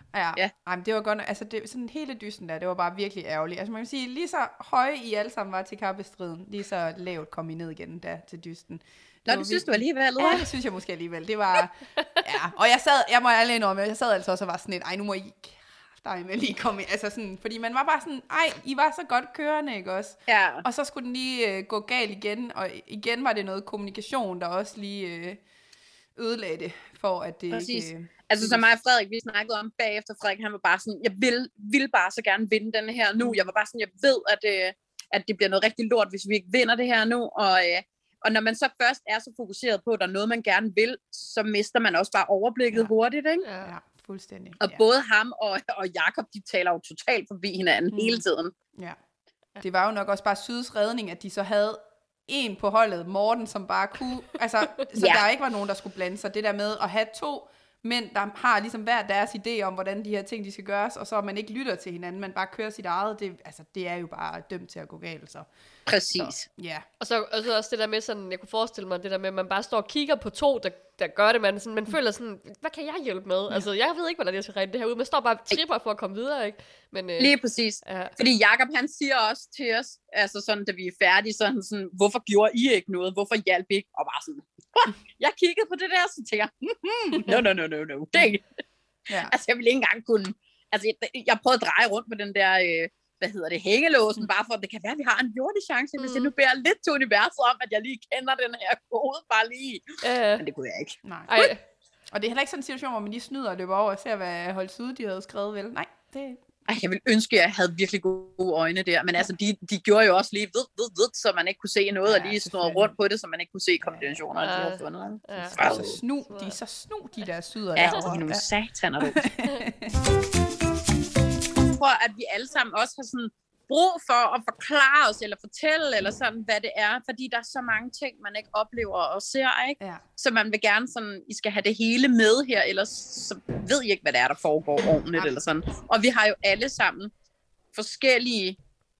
Ja. Ej, men det var godt, altså det, sådan hele dysten der, det var bare virkelig ærgerligt. Altså man kan sige, lige så høje I alle sammen var til kappestriden, lige så lavt kom I ned igen der til dysten. Det synes du alligevel? Ja, det synes jeg måske alligevel. Det var, ja, og jeg må ærlig indrømme, jeg sad altså også og var sådan nu må I med lige komme ind. Altså sådan, fordi man var bare sådan, I var så godt kørende, ikke også? Ja. Og så skulle den lige gå galt igen, og igen var det noget kommunikation, der også lige ødelagde det, for at det Præcis. ikke... Altså som mig og Frederik, vi snakkede om bagefter, Frederik, han var bare sådan, jeg vil bare så gerne vinde den her nu. Jeg var bare sådan, jeg ved, at det bliver noget rigtig lort, hvis vi ikke vinder det her nu. Og når man så først er så fokuseret på, at der er noget, man gerne vil, så mister man også bare overblikket hurtigt, ikke? Ja, fuldstændig. Og både ham og Jakob, de taler jo totalt forbi hinanden hele tiden. Ja. Det var jo nok også bare Syds redning, at de så havde en på holdet, Morten, som bare kunne... Altså, så der ikke var nogen, der skulle blande sig. Det der med at have 2 mænd, der har ligesom hver deres idé om, hvordan de her ting, de skal gøres, og så man ikke lytter til hinanden, man bare kører sit eget, det er jo bare dømt til at gå galt, så. Præcis. Så, yeah. Og så også det der med sådan, jeg kunne forestille mig, det der med, at man bare står og kigger på 2, der gør det, man føler sådan, hvad kan jeg hjælpe med? Altså, jeg ved ikke, hvordan jeg skal regne det her ud, man står bare og tripper for at komme videre, ikke? Men, lige præcis. Ja. Fordi Jakob, han siger også til os, altså sådan, da vi er færdige, sådan, hvorfor gjorde I ikke noget? Hvorfor hjalp I ikke? Og bare sådan, jeg kiggede på det der, så tænker jeg, no, det er ikke. Ja. Altså, jeg ville ikke engang kunne, altså, jeg prøvede at dreje rundt med den der, hængelåsen, bare for, at det kan være, at vi har en chance, hvis jeg nu beder lidt til universet om, at jeg lige kender den her kode, bare lige. Men det kunne jeg ikke. Nej. Og det er heller ikke sådan en situation, hvor man lige snyder og løber over og ser, hvad Hold Syd, de havde skrevet, vel? Nej, det... Jeg ville ønske, at jeg havde virkelig gode øjne der, men altså, de gjorde jo også lige så man ikke kunne se noget, og lige snurrede rundt på det, så man ikke kunne se kombinationer, de havde fundet. De er så snu, de der Syder derovre. Ja, de er nogle sataner, du. Jeg tror, at vi alle sammen også har sådan brug for at forklare os, eller fortælle, eller sådan, hvad det er, fordi der er så mange ting, man ikke oplever og ser, ikke? Ja. Så man vil gerne sådan, I skal have det hele med her, ellers så ved I ikke, hvad det er, der foregår ordentligt, eller sådan. Og vi har jo alle sammen forskellige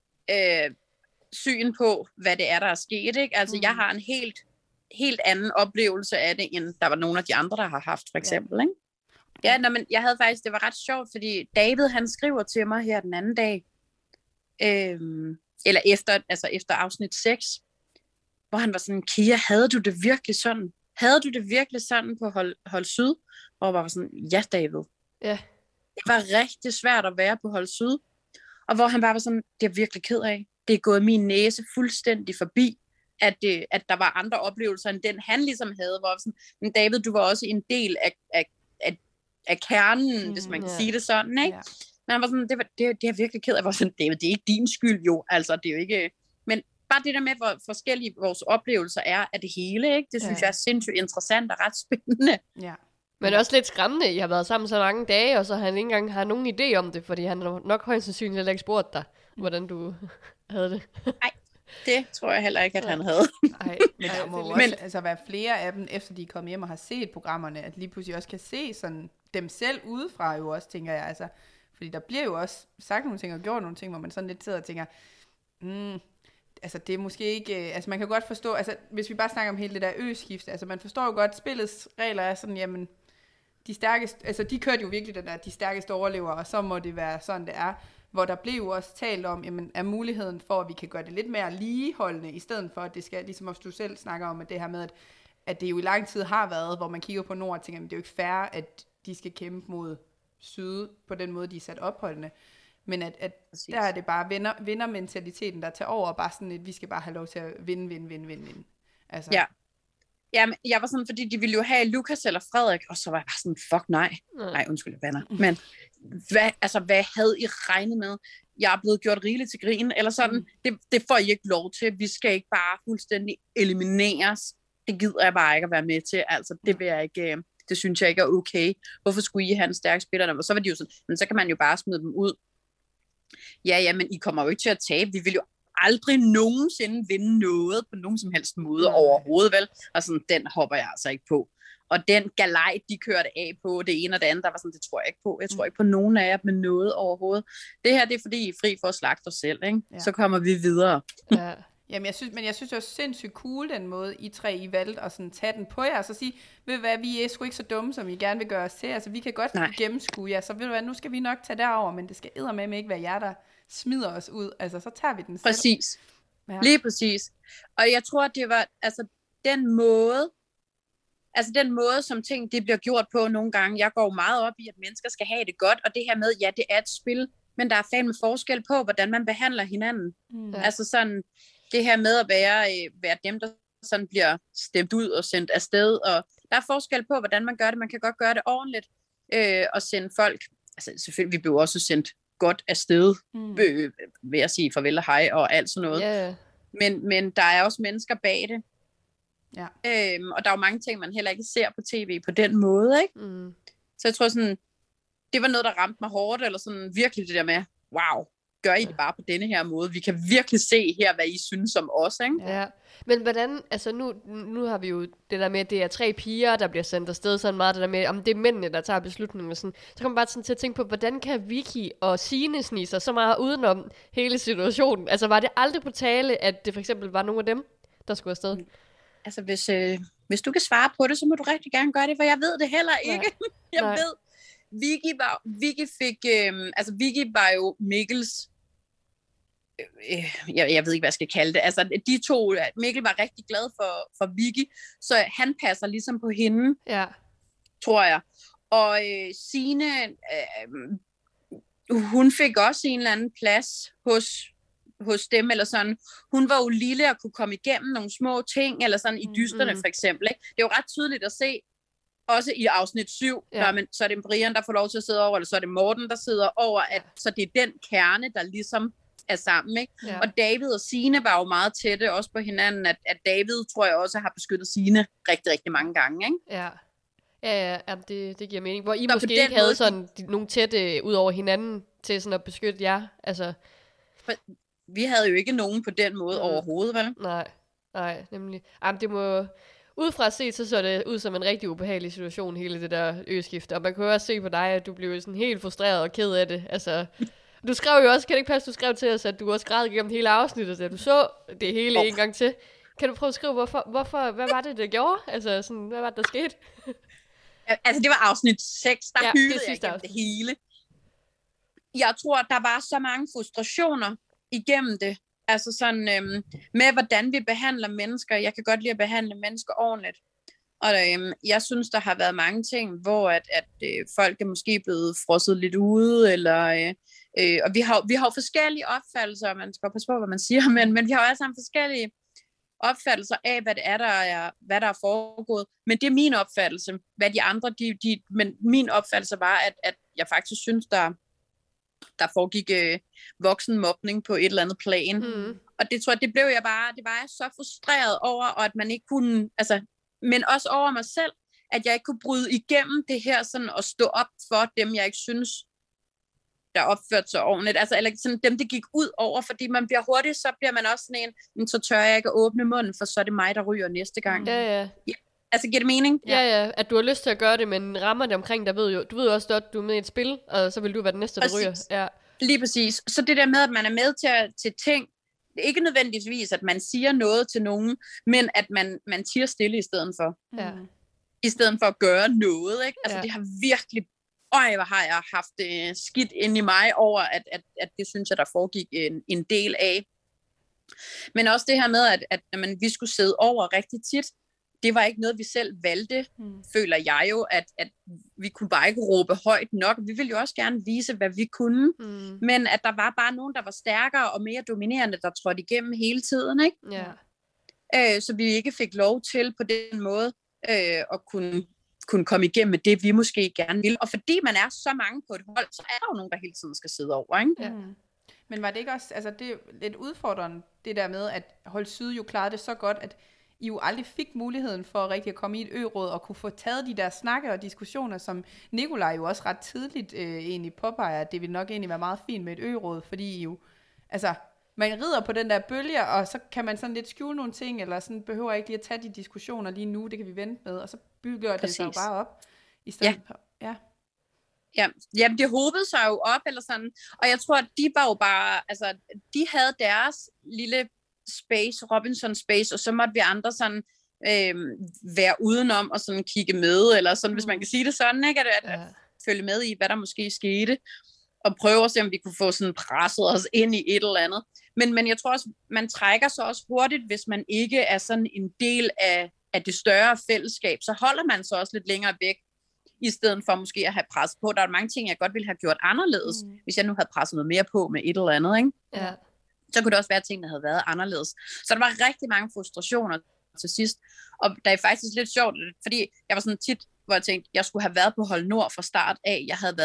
syn på, hvad det er, der er sket, ikke? Altså, jeg har en helt anden oplevelse af det, end der var nogle af de andre, der har haft, for eksempel, ikke? Ja, men jeg havde faktisk, det var ret sjovt, fordi David, han skriver til mig her den anden dag, eller efter afsnit 6, hvor han var sådan, Kia, havde du det virkelig sådan? Havde du det virkelig sådan på Hold Syd? Og jeg var sådan, ja, David. Ja. Det var rigtig svært at være på Hold Syd. Og hvor han bare var sådan, det er virkelig ked af. Det er gået min næse fuldstændig forbi, at der var andre oplevelser, end den han ligesom havde. Hvor sådan, men David, du var også en del af kernen, hvis man kan sige det sådan, ikke? Ja. Men han var sådan, det er virkelig ked af. Jeg var sådan, David, det er ikke din skyld, jo. Altså, det er jo ikke... Men bare det der med, hvor forskellige vores oplevelser er af det hele, ikke? Det synes jeg er sindssygt interessant og ret spændende. Ja. Men også lidt skræmmende. I har været sammen så mange dage, og så har han ikke engang har nogen idé om det, fordi han nok højst sandsynligt ikke spurgt dig, hvordan du havde det. Nej, det tror jeg heller ikke, at han havde. Ej, men der må også være flere af dem, efter de er kommet hjem og har set programmerne, at lige pludselig også kan se sådan dem selv udefra jo også, tænker jeg. Altså, fordi der bliver jo også sagt nogle ting og gjort nogle ting, hvor man sådan lidt sidder og tænker, altså det er måske ikke, altså man kan godt forstå, altså hvis vi bare snakker om hele det der øskift, altså man forstår jo godt, spillets regler er sådan, jamen, de stærkeste, altså de kørte jo virkelig den der, de stærkeste overlever, og så må det være sådan, det er, hvor der blev jo også talt om, jamen, er muligheden for, at vi kan gøre det lidt mere ligeholdende, i stedet for, at det skal, ligesom også du selv snakker om, at det her med, at det jo i lang tid har været, hvor man kigger på Nord og tænker, jamen, det er jo ikke fair, at de skal kæmpe mod Syd, på den måde, de er sat opholdende. Men at der er det bare vindermentaliteten, der tager over, og bare sådan, at vi skal bare have lov til at vinde. Altså. Ja. Ja, jeg var sådan, fordi de ville jo have Lukas eller Frederik, og så var jeg bare sådan, fuck nej. Nej, undskyld, jeg bander. Men hvad havde I regnet med? Jeg er blevet gjort rigeligt til grin, eller sådan, det får I ikke lov til. Vi skal ikke bare fuldstændig elimineres. Det gider jeg bare ikke at være med til. Altså, det vil jeg ikke... Det synes jeg ikke er okay. Hvorfor skulle I have en stærk spiller? Og så var de jo sådan, men så kan man jo bare smide dem ud. Ja, men I kommer jo ikke til at tabe. Vi vil jo aldrig nogensinde vinde noget på nogen som helst måde overhovedet, vel? Og sådan, den hopper jeg altså ikke på. Og den galej, de kørte af på, det ene og det andet, der var sådan, det tror jeg ikke på. Jeg tror ikke på nogen af jer med noget overhovedet. Det her, det er fordi, I er fri for at slagte os selv, ikke? Ja. Så kommer vi videre. Jamen, jeg synes det var sindssygt cool, den måde, I tre I valgte at sådan tage den på jer, og så sige, ved du hvad, vi er sgu ikke så dumme, som I gerne vil gøre os til, altså vi kan godt gennemskue jer, så ved du hvad, nu skal vi nok tage derover, men det skal eddermame ikke være jer, der smider os ud, altså så tager vi den selv. Præcis. Ja. Lige præcis. Og jeg tror, det var, altså den måde, som ting det bliver gjort på nogle gange, jeg går meget op i, at mennesker skal have det godt, og det her med, ja, det er et spil, men der er fandme forskel på, hvordan man behandler hinanden. Altså sådan, det her med at være dem, der sådan bliver stemt ud og sendt afsted, og der er forskel på, hvordan man gør det. Man kan godt gøre det ordentligt, og sende folk, altså selvfølgelig, vi blev også sendt godt afsted, ved at sige farvel og hej, og alt sådan noget. Yeah. Men der er også mennesker bag det. Ja. Og der er jo mange ting, man heller ikke ser på tv på den måde, ikke? Så jeg tror sådan, det var noget, der ramte mig hårdt, eller sådan virkelig det der med, wow, gør I det bare på denne her måde? Vi kan virkelig se her, hvad I synes om os, ikke? Ja, men hvordan, altså nu har vi jo det der med, at det er 3 piger, der bliver sendt afsted, sådan meget det der med, om det er mændene, der tager beslutningen og sådan. Så kommer man bare sådan til at tænke på, hvordan kan Vicky og Signe snige sig så meget udenom hele situationen? Altså var det aldrig på tale, at det for eksempel var nogle af dem, der skulle afsted? Altså hvis du kan svare på det, så må du rigtig gerne gøre det, for jeg ved det heller ikke. Jeg ved, Vicky var jo Mikkels, jeg ved ikke, hvad jeg skal kalde det. Altså de to, Mikkel var rigtig glad for Vicky, så han passer ligesom på hende, tror jeg. Og Signe, hun fik også en eller anden plads hos dem, eller sådan. Hun var jo lille og kunne komme igennem nogle små ting, eller sådan i dysterne for eksempel. Ikke? Det er jo ret tydeligt at se, også i afsnit 7, så er det Brian, der får lov til at sidde over, eller så er det Morten, der sidder over, så det er den kerne, der ligesom er sammen. Ikke? Ja. Og David og Signe var jo meget tætte også på hinanden, at David, tror jeg også, har beskyttet Signe rigtig, rigtig mange gange. Ikke? Ja, det giver mening. Hvor I måske ikke havde sådan nogle tætte ud over hinanden til sådan at beskytte jer. Altså. Vi havde jo ikke nogen på den måde overhovedet, vel? Nej, nemlig. Jamen, det må. Udefra set, så det ud som en rigtig ubehagelig situation, hele det der øskifte. Og man kan jo også se på dig, at du blev sådan helt frustreret og ked af det. Altså, du skrev jo også, kan det ikke passe, du skrev til os, at du også græd igennem hele afsnittet, da du så det hele en gang til. Kan du prøve at skrive, hvorfor hvad var det gjorde? Altså, sådan, hvad var det, der skete? Altså, det var afsnit 6, der hylede jeg igennem det hele. Jeg tror, der var så mange frustrationer igennem det. Altså sådan med, hvordan vi behandler mennesker. Jeg kan godt lide at behandle mennesker ordentligt. Og jeg synes, der har været mange ting, hvor at folk er måske blevet frosset lidt ude, eller, og vi har jo forskellige opfattelser, man skal passe på, hvad man siger, men vi har jo alle sammen forskellige opfattelser af, hvad det er, hvad der er foregået. Men det er min opfattelse. Hvad de andre, men min opfattelse var, at jeg faktisk synes, der foregik voksenmobning på et eller andet plan. Og det tror jeg, det var jeg så frustreret over, og at man ikke kunne, altså, men også over mig selv, at jeg ikke kunne bryde igennem det her, sådan, og stå op for dem, jeg ikke synes, der opførte sig ordentligt. Altså, eller sådan, dem, det gik ud over, fordi man bliver hurtigt, så bliver man også sådan en, så tør jeg ikke at åbne munden, for så er det mig, der ryger næste gang. Ja. Altså, giver det mening? Ja, at du har lyst til at gøre det, men rammer det omkring, du ved jo også, at du er med i et spil, og så vil du være den næste, der ryger. Ja. Lige præcis. Så det der med, at man er med til ting, det er ikke nødvendigvis, at man siger noget til nogen, men at man tier stille i stedet for. Ja. I stedet for at gøre noget, ikke? Altså, det har virkelig, hvor har jeg haft skidt ind i mig over, at det synes jeg, der foregik en del af. Men også det her med, at vi skulle sidde over rigtig tit, det var ikke noget, vi selv valgte, føler jeg jo, at vi kunne bare ikke råbe højt nok. Vi ville jo også gerne vise, hvad vi kunne, men at der var bare nogen, der var stærkere og mere dominerende, der trådte igennem hele tiden, ikke? Ja. Så vi ikke fik lov til på den måde at kunne komme igennem med det, vi måske gerne vil. Og fordi man er så mange på et hold, så er der jo nogen, der hele tiden skal sidde over, ikke? Ja. Men var det ikke også, altså det er lidt udfordrende, det der med, at Hold Syd jo klarede det så godt, at I jo aldrig fik muligheden for rigtig at komme i et ø-råd og kunne få taget de der snakke og diskussioner, som Nikolaj jo også ret tidligt egentlig påpeger, at det ville nok egentlig være meget fint med et ø-råd, fordi I jo, altså, man rider på den der bølge, og så kan man sådan lidt skjule nogle ting, eller sådan behøver ikke lige at tage de diskussioner lige nu, det kan vi vente med, og så bygger det sig jo bare op, i stedet for, Ja, det håbede sig jo op, eller sådan, og jeg tror, at de var jo bare, altså, de havde deres lille space, Robinson space, og så måtte vi andre sådan være udenom og sådan kigge med, eller sådan, hvis man kan sige det sådan, ikke? At følge med i, hvad der måske skete, og prøve at se, om vi kunne få sådan presset os ind i et eller andet. Men jeg tror også, man trækker sig også hurtigt, hvis man ikke er sådan en del af det større fællesskab, så holder man sig også lidt længere væk, i stedet for måske at have presset på. Der er mange ting, jeg godt ville have gjort anderledes, hvis jeg nu havde presset noget mere på med et eller andet, ikke? Ja. Så kunne det også være, at tingene havde været anderledes. Så der var rigtig mange frustrationer til sidst. Og det er faktisk lidt sjovt, fordi jeg var sådan tit, hvor jeg tænkte, jeg skulle have været på Hold Nord fra start af.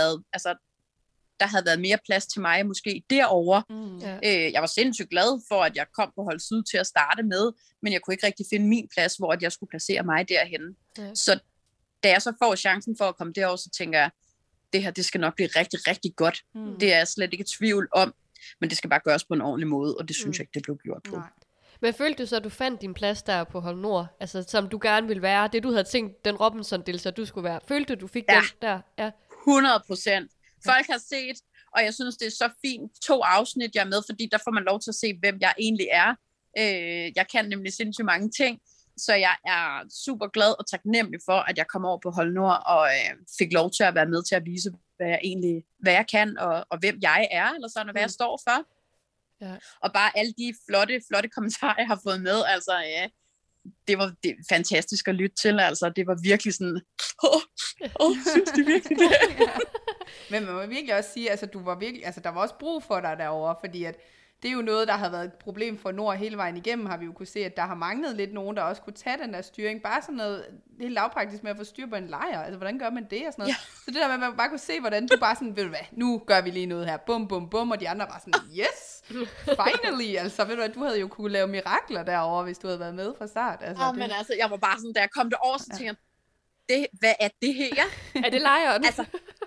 Der havde været mere plads til mig, måske derovre. Jeg var sindssygt glad for, at jeg kom på Hold Syd til at starte med, men jeg kunne ikke rigtig finde min plads, hvor jeg skulle placere mig derhenne. Så da jeg så får chancen for at komme derover, så tænker jeg, det her, det skal nok blive rigtig, rigtig godt. Det er jeg slet ikke i tvivl om, men det skal bare gøres på en ordentlig måde, og det synes jeg ikke, det blev gjort på. Nej. Men følte du så, at du fandt din plads der på Hold Nord? Altså, som du gerne ville være? Det, du havde tænkt, den Robinson-deltager, du skulle være. Følte du fik den der? Ja. 100%. Folk har set, og jeg synes, det er så fint 2 afsnit, jeg er med, fordi der får man lov til at se, hvem jeg egentlig er. Jeg kan nemlig sindssygt mange ting, så jeg er super glad og taknemmelig for, at jeg kom over på Hold Nord og fik lov til at være med til at vise, hvad jeg kan, og hvem jeg er, eller sådan, og hvad jeg står for. Ja. Og bare alle de flotte kommentarer, jeg har fået med, altså det var fantastisk at lytte til, altså det var virkelig sådan, synes de virkelig det? Men man må virkelig også sige, altså der var også brug for dig derovre, fordi at det er jo noget, der har været et problem for Nord hele vejen igennem, har vi jo kunne se, at der har manglet lidt nogen, der også kunne tage den der styring. Bare sådan noget helt lavpraktisk med at få styr på en lejr. Altså, hvordan gør man det og sådan noget? Ja. Så det der med, at man bare kunne se, hvordan du bare sådan, ved du hvad, nu gør vi lige noget her. Bum, bum, bum. Og de andre var sådan, yes, finally. Altså, ved du hvad, du havde jo kunne lave mirakler derovre, hvis du havde været med fra start. Altså, men altså, jeg var bare sådan, da jeg kom derover, så tænkte jeg, hvad er det her? Er det lejren? Altså,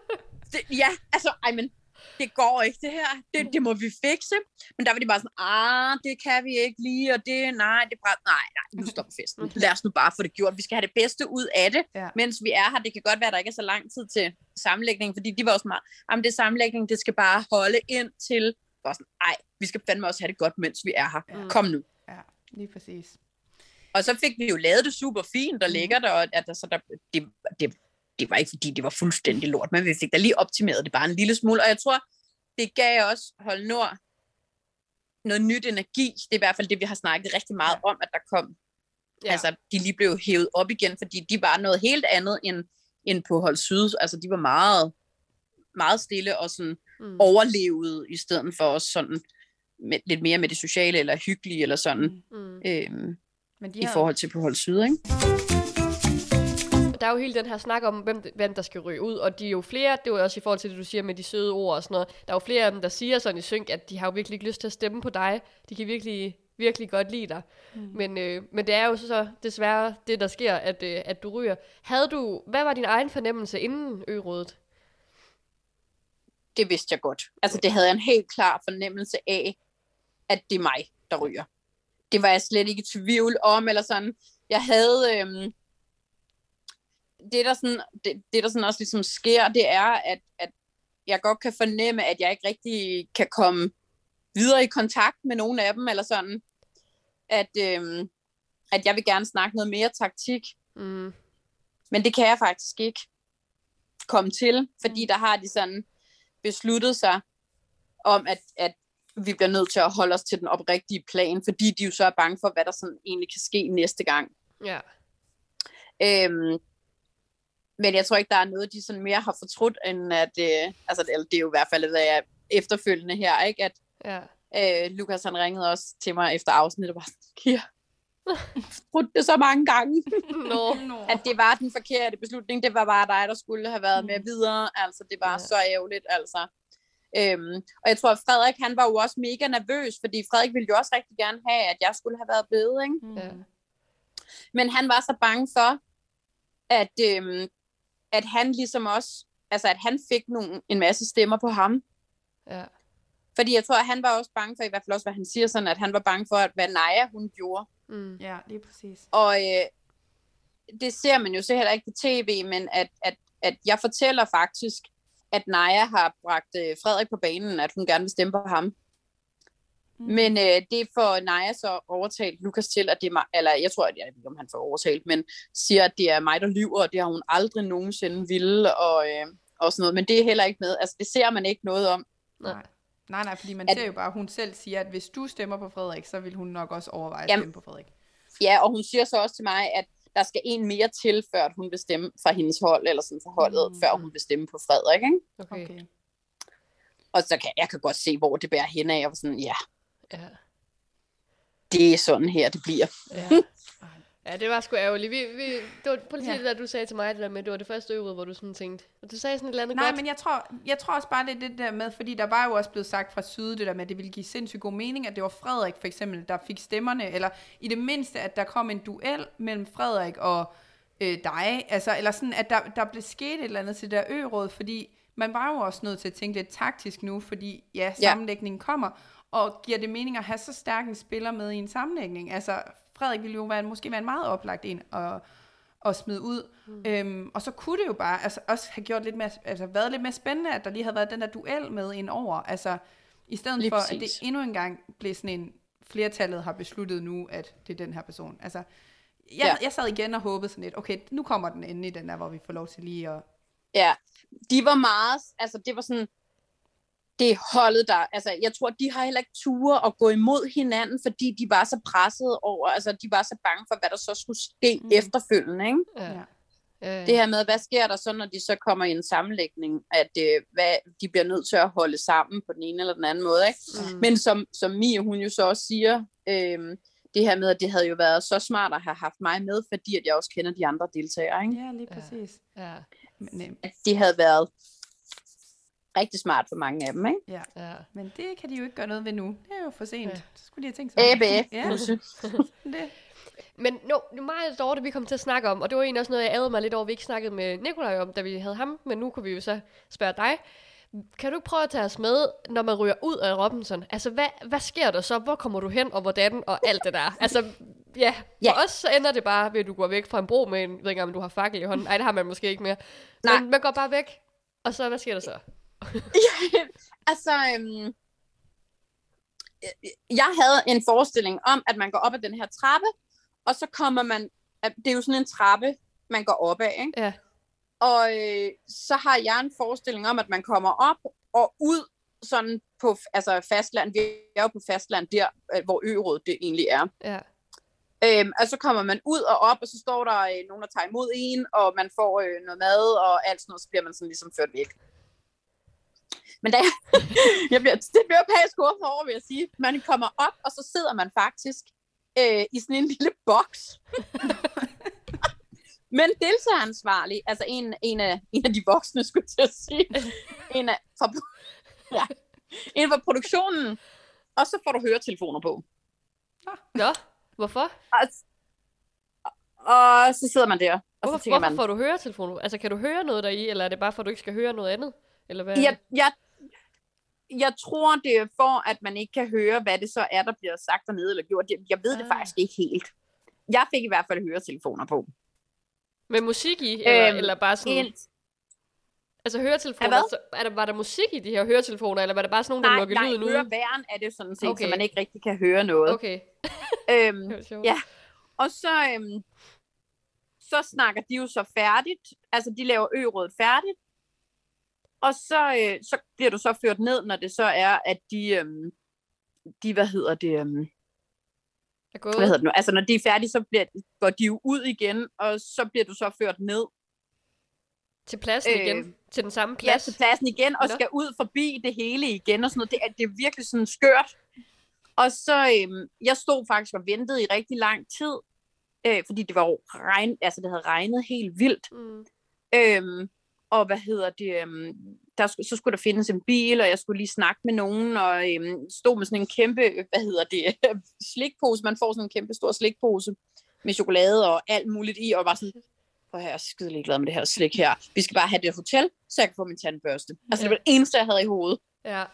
men det går ikke det her, det må vi fikse. Men der var de bare sådan, det kan vi ikke lige, og nej, nu stopper festen. Lad os nu bare få det gjort. Vi skal have det bedste ud af det, mens vi er her. Det kan godt være, at der ikke er så lang tid til sammenlægning, fordi de var også meget, det sammenlægning, det skal bare holde ind til, vi skal fandme også have det godt, mens vi er her. Ja. Kom nu. Ja, lige præcis. Og så fik vi jo lavet det super fint, og lækkert, og det var ikke fordi, det var fuldstændig lort, men vi fik da lige optimeret det bare en lille smule, og jeg tror, det gav også Hold Nord noget nyt energi. Det er i hvert fald det, vi har snakket rigtig meget om, at der kom. Ja. Altså, de lige blev hævet op igen, fordi de var noget helt andet end på Hold Syd. Altså, de var meget, meget stille og sådan overlevede, i stedet for os sådan lidt mere med det sociale, eller hyggelige, eller sådan, i forhold til på Hold Syd, ikke? Der er jo hele den her snak om, hvem der skal ryge ud, og de er jo flere, det er jo også i forhold til det, du siger med de søde ord og sådan noget, der er jo flere af dem, der siger sådan i synk, at de har jo virkelig ikke lyst til at stemme på dig. De kan virkelig, virkelig godt lide dig. Men det er jo så desværre det, der sker, at du ryger. Hvad var din egen fornemmelse inden ørådet? Det vidste jeg godt. Altså, det havde jeg en helt klar fornemmelse af, at det er mig, der ryger. Det var jeg slet ikke i tvivl om, eller sådan. Jeg havde... Det der sådan også ligesom sker, det er, at jeg godt kan fornemme, at jeg ikke rigtig kan komme videre i kontakt med nogen af dem, eller sådan, at jeg vil gerne snakke noget mere taktik. Men det kan jeg faktisk ikke komme til, fordi der har de sådan besluttet sig om, at vi bliver nødt til at holde os til den oprigtige plan, fordi de jo så er bange for, hvad der sådan egentlig kan ske næste gang. Ja. Men jeg tror ikke, der er noget, de sådan mere har fortrudt, end at, altså det er jo i hvert fald, hvad jeg efterfølgende her, ikke? At Lukas han ringede også til mig efter afsnittet, og bare sådan, Kia, fortrudt det så mange gange, at det var den forkerte beslutning, det var bare dig, der skulle have været med videre, altså det var så ærgerligt, altså. Og jeg tror, at Frederik, han var jo også mega nervøs, fordi Frederik ville jo også rigtig gerne have, at jeg skulle have været blevet, ikke? Men han var så bange for, at han ligesom også, altså at han fik en masse stemmer på ham. Ja. Fordi jeg tror, at han var også bange for, i hvert fald også, hvad han siger sådan, at han var bange for, hvad Naja, hun gjorde. Ja, lige præcis. Og det ser man jo så heller ikke på tv, men at jeg fortæller faktisk, at Naja har bragt Frederik på banen, at hun gerne vil stemme på ham. Men det får Naja så overtalt Lukas til, at det er mig, eller jeg tror, at jeg ved ikke, om han får overtalt, men siger, at det er mig, der lyver, og det har hun aldrig nogensinde ville, og sådan noget. Men det er heller ikke med. Altså, det ser man ikke noget om. Nej, fordi man ser jo bare, at hun selv siger, at hvis du stemmer på Frederik, så vil hun nok også overveje at stemme på Frederik. Ja, og hun siger så også til mig, at der skal en mere til, før hun vil stemme fra hendes hold, eller sådan for holdet, før hun vil stemme på Frederik, ikke? Okay. Og så kan jeg godt se, hvor det bærer hen af, og sådan, ja. Det er sådan her, det bliver. Ja, det var sgu ærgerligt. Det var på det der, du sagde til mig, det der med, det var det første øvrigt, hvor du sådan tænkte, og du sagde sådan et eller andet godt. Men jeg tror også bare, det er det der med, fordi der var jo også blevet sagt fra side, det der med, at det ville give sindssygt god mening, at det var Frederik for eksempel, der fik stemmerne, eller i det mindste, at der kom en duel mellem Frederik og dig, altså, eller sådan, at der blev sket et eller andet til der ø-råd, fordi man var jo også nødt til at tænke lidt taktisk nu, fordi sammenlægningen kommer, og giver det mening at have så stærk en spiller med i en sammenlægning? Altså, Frederik ville jo måske være en meget oplagt en at smide ud. Og så kunne det jo bare også have gjort lidt mere, været lidt mere spændende, at der lige havde været den der duel med ind over. Altså, i stedet lige for, præcis. At det endnu en gang blev sådan en, flertallet har besluttet nu, at det er den her person. Altså, jeg sad igen og håbede sådan lidt, okay, nu kommer den endelig, den der, hvor vi får lov til lige at... Ja, de var meget, altså det var sådan, det holdet der, altså jeg tror, de har heller ikke ture at gå imod hinanden, fordi de var så presset over, altså de var så bange for, hvad der så skulle ske efterfølgende, ikke? Det her med, hvad sker der så, når de så kommer i en sammenlægning, at de bliver nødt til at holde sammen på den ene eller den anden måde, ikke? Men som Mie, hun jo så også siger, det her med, at det havde jo været så smart at have haft mig med, fordi at jeg også kender de andre deltagere, ikke? Ja, lige præcis. Ja. Men, det havde været rigtig smart for mange af dem, ikke? Ja. Men det kan de jo ikke gøre noget ved nu. Det er jo for sent. Så skulle de have tænkt sig. Det. Men nu meget dårligt, vi kom til at snakke om, og det var egentlig også noget, jeg ærede mig lidt over, vi ikke snakkede med Nikolaj om, da vi havde ham, men nu kunne vi jo så spørge dig. Kan du ikke prøve at tage os med, når man ryger ud af Robinson? Altså, hvad sker der så? Hvor kommer du hen, og hvordan, og alt det der? Altså, for os så ender det bare ved, at du går væk fra en bro med en, jeg ved ikke om du har fakkel i hånden. Nej, det har man måske ikke mere. Nej. Men man går bare væk, og så, hvad sker der så? Jeg havde en forestilling om, at man går op ad den her trappe, og så kommer man, det er jo sådan en trappe, man går op af, ikke? Ja. Og så har jeg en forestilling om, at man kommer op og ud sådan på fastland. Vi er jo på fastland der, hvor ø-rådet det egentlig er. Ja. Og så kommer man ud og op, og så står der nogen, der tager imod en, og man får noget mad og alt sådan noget, så bliver man sådan ligesom ført væk. Men det bliver pænt skuffet over, vil jeg sige. Man kommer op, og så sidder man faktisk i sådan en lille boks. Men deltageransvarlig, altså en af de voksne, skulle jeg til at sige, en fra produktionen, og så får du høretelefoner på. Nå, hvorfor? Og så sidder man der, og så tænker man... Hvorfor får du høretelefoner? Altså, kan du høre noget deri, eller er det bare for, at du ikke skal høre noget andet? Eller hvad? Jeg tror, det er for, at man ikke kan høre, hvad det så er, der bliver sagt dernede eller gjort. Jeg ved det faktisk ikke helt. Jeg fik i hvert fald høretelefoner på. Med musik i, eller bare sådan... Altså høretelefoner, var der musik i de her høretelefoner, eller var det bare sådan nogle, der lukker lyden ud? Nej, høreværen er det sådan set, så man ikke rigtig kan høre noget. Okay. Ja, og så snakker de jo så færdigt, altså de laver ø-rådet færdigt, og så bliver du så ført ned, når det så er, at altså når de er færdige, så går de jo ud igen, og så bliver du så ført ned. Til pladsen igen? Til den samme plads? Ja, til pladsen igen, og skal ud forbi det hele igen, og sådan noget. Det er virkelig sådan skørt. Og så, jeg stod faktisk og ventede i rigtig lang tid, fordi det var jo det havde regnet helt vildt. Og så skulle der findes en bil, og jeg skulle lige snakke med nogen, og stod med sådan en kæmpe, slikpose. Man får sådan en kæmpe stor slikpose med chokolade og alt muligt i, og var sådan, jeg er skide ligeglad med det her slik her. Vi skal bare have det hotel, så jeg kan få min tandbørste. Altså, det var det eneste, jeg havde i hovedet. Ja.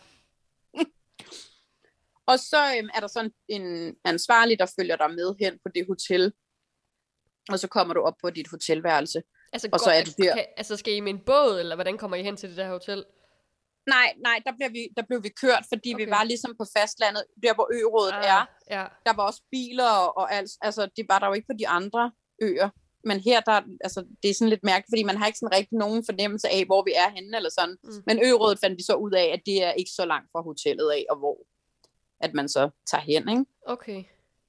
Og så er der sådan en ansvarlig, der følger dig med hen på det hotel. Og så kommer du op på dit hotelværelse. Altså, og så er du der. Altså, skal I med en båd, eller hvordan kommer I hen til det der hotel? Nej, der blev vi kørt, fordi vi var ligesom på fastlandet, der hvor ørådet er. Ja. Der var også biler og alt, altså det var der jo ikke på de andre øer. Men her, altså, det er sådan lidt mærkeligt, fordi man har ikke sådan rigtig nogen fornemmelse af, hvor vi er henne eller sådan. Men ørådet fandt vi så ud af, at det er ikke så langt fra hotellet af, og hvor at man så tager hen, ikke? Okay.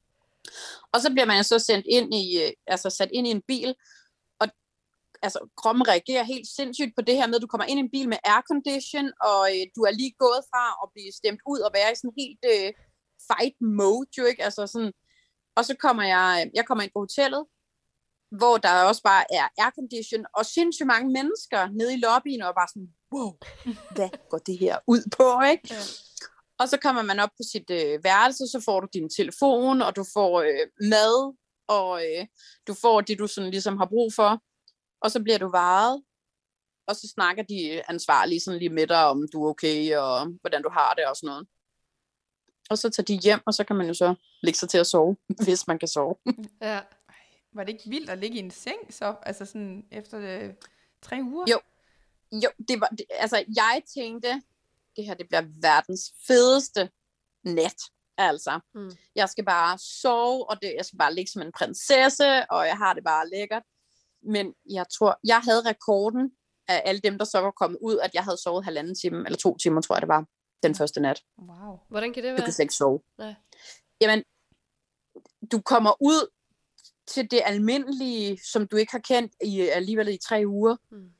Og så bliver man så sat ind i en bil, og altså kroppen reagerer helt sindssygt på det her med, at du kommer ind i en bil med aircondition, og du er lige gået fra at blive stemt ud og være i sådan helt fight mode, jo ikke? Altså sådan, og så kommer jeg kommer ind på hotellet, hvor der også bare er aircondition, og sindssygt mange mennesker nede i lobbyen, og bare sådan, wow, hvad går det her ud på, ikke? Ja. Og så kommer man op på sit værelse, så får du din telefon, og du får mad, og du får det, du sådan ligesom har brug for, og så bliver du varet, og så snakker de ansvarlige sådan lige med dig, om du er okay, og hvordan du har det, og sådan noget. Og så tager de hjem, og så kan man jo så lægge sig til at sove, hvis man kan sove. Ja. Var det ikke vildt at ligge i en seng så? Altså sådan efter 3 uger? Jo, det var, altså jeg tænkte, det her det bliver verdens fedeste nat. Altså, jeg skal bare sove, og jeg skal bare ligge som en prinsesse, og jeg har det bare lækkert. Men jeg tror, jeg havde rekorden af alle dem, der så var kommet ud, at jeg havde sovet 1,5 time, eller 2 timer, tror jeg det var, den første nat. Wow. Hvordan kan det være? Du kan slet ikke sove. Nej. Jamen, du kommer ud til det almindelige, som du ikke har kendt alligevel i 3 uger.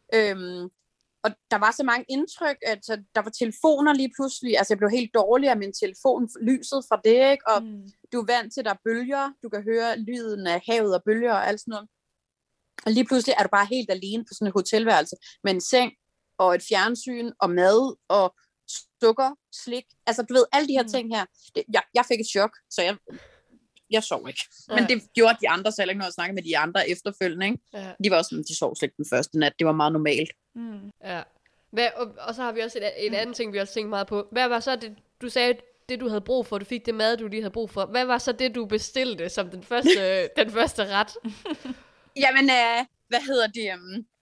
Og der var så mange indtryk, at der var telefoner lige pludselig, altså jeg blev helt dårlig af min telefon, lyset fra det, ikke? Og du er vant til, der er bølger, du kan høre lyden af havet og bølger og alt sådan noget. Og lige pludselig er du bare helt alene på sådan et hotelværelse, med en seng og et fjernsyn og mad og sukker, slik. Altså du ved, alle de her ting her, jeg fik et chok, så jeg sov ikke. Men det gjorde de andre selv ikke, når jeg snakkede med de andre efterfølgende, ikke? Ja. De var også sådan, de sov slet ikke den første nat. Det var meget normalt. Ja. Og så har vi også et andet ting, vi også tænkt meget på. Hvad var så det, du sagde, det du havde brug for? Du fik det mad, du lige havde brug for. Hvad var så det, du bestilte som den første, den første ret? Jamen, hvad hedder det?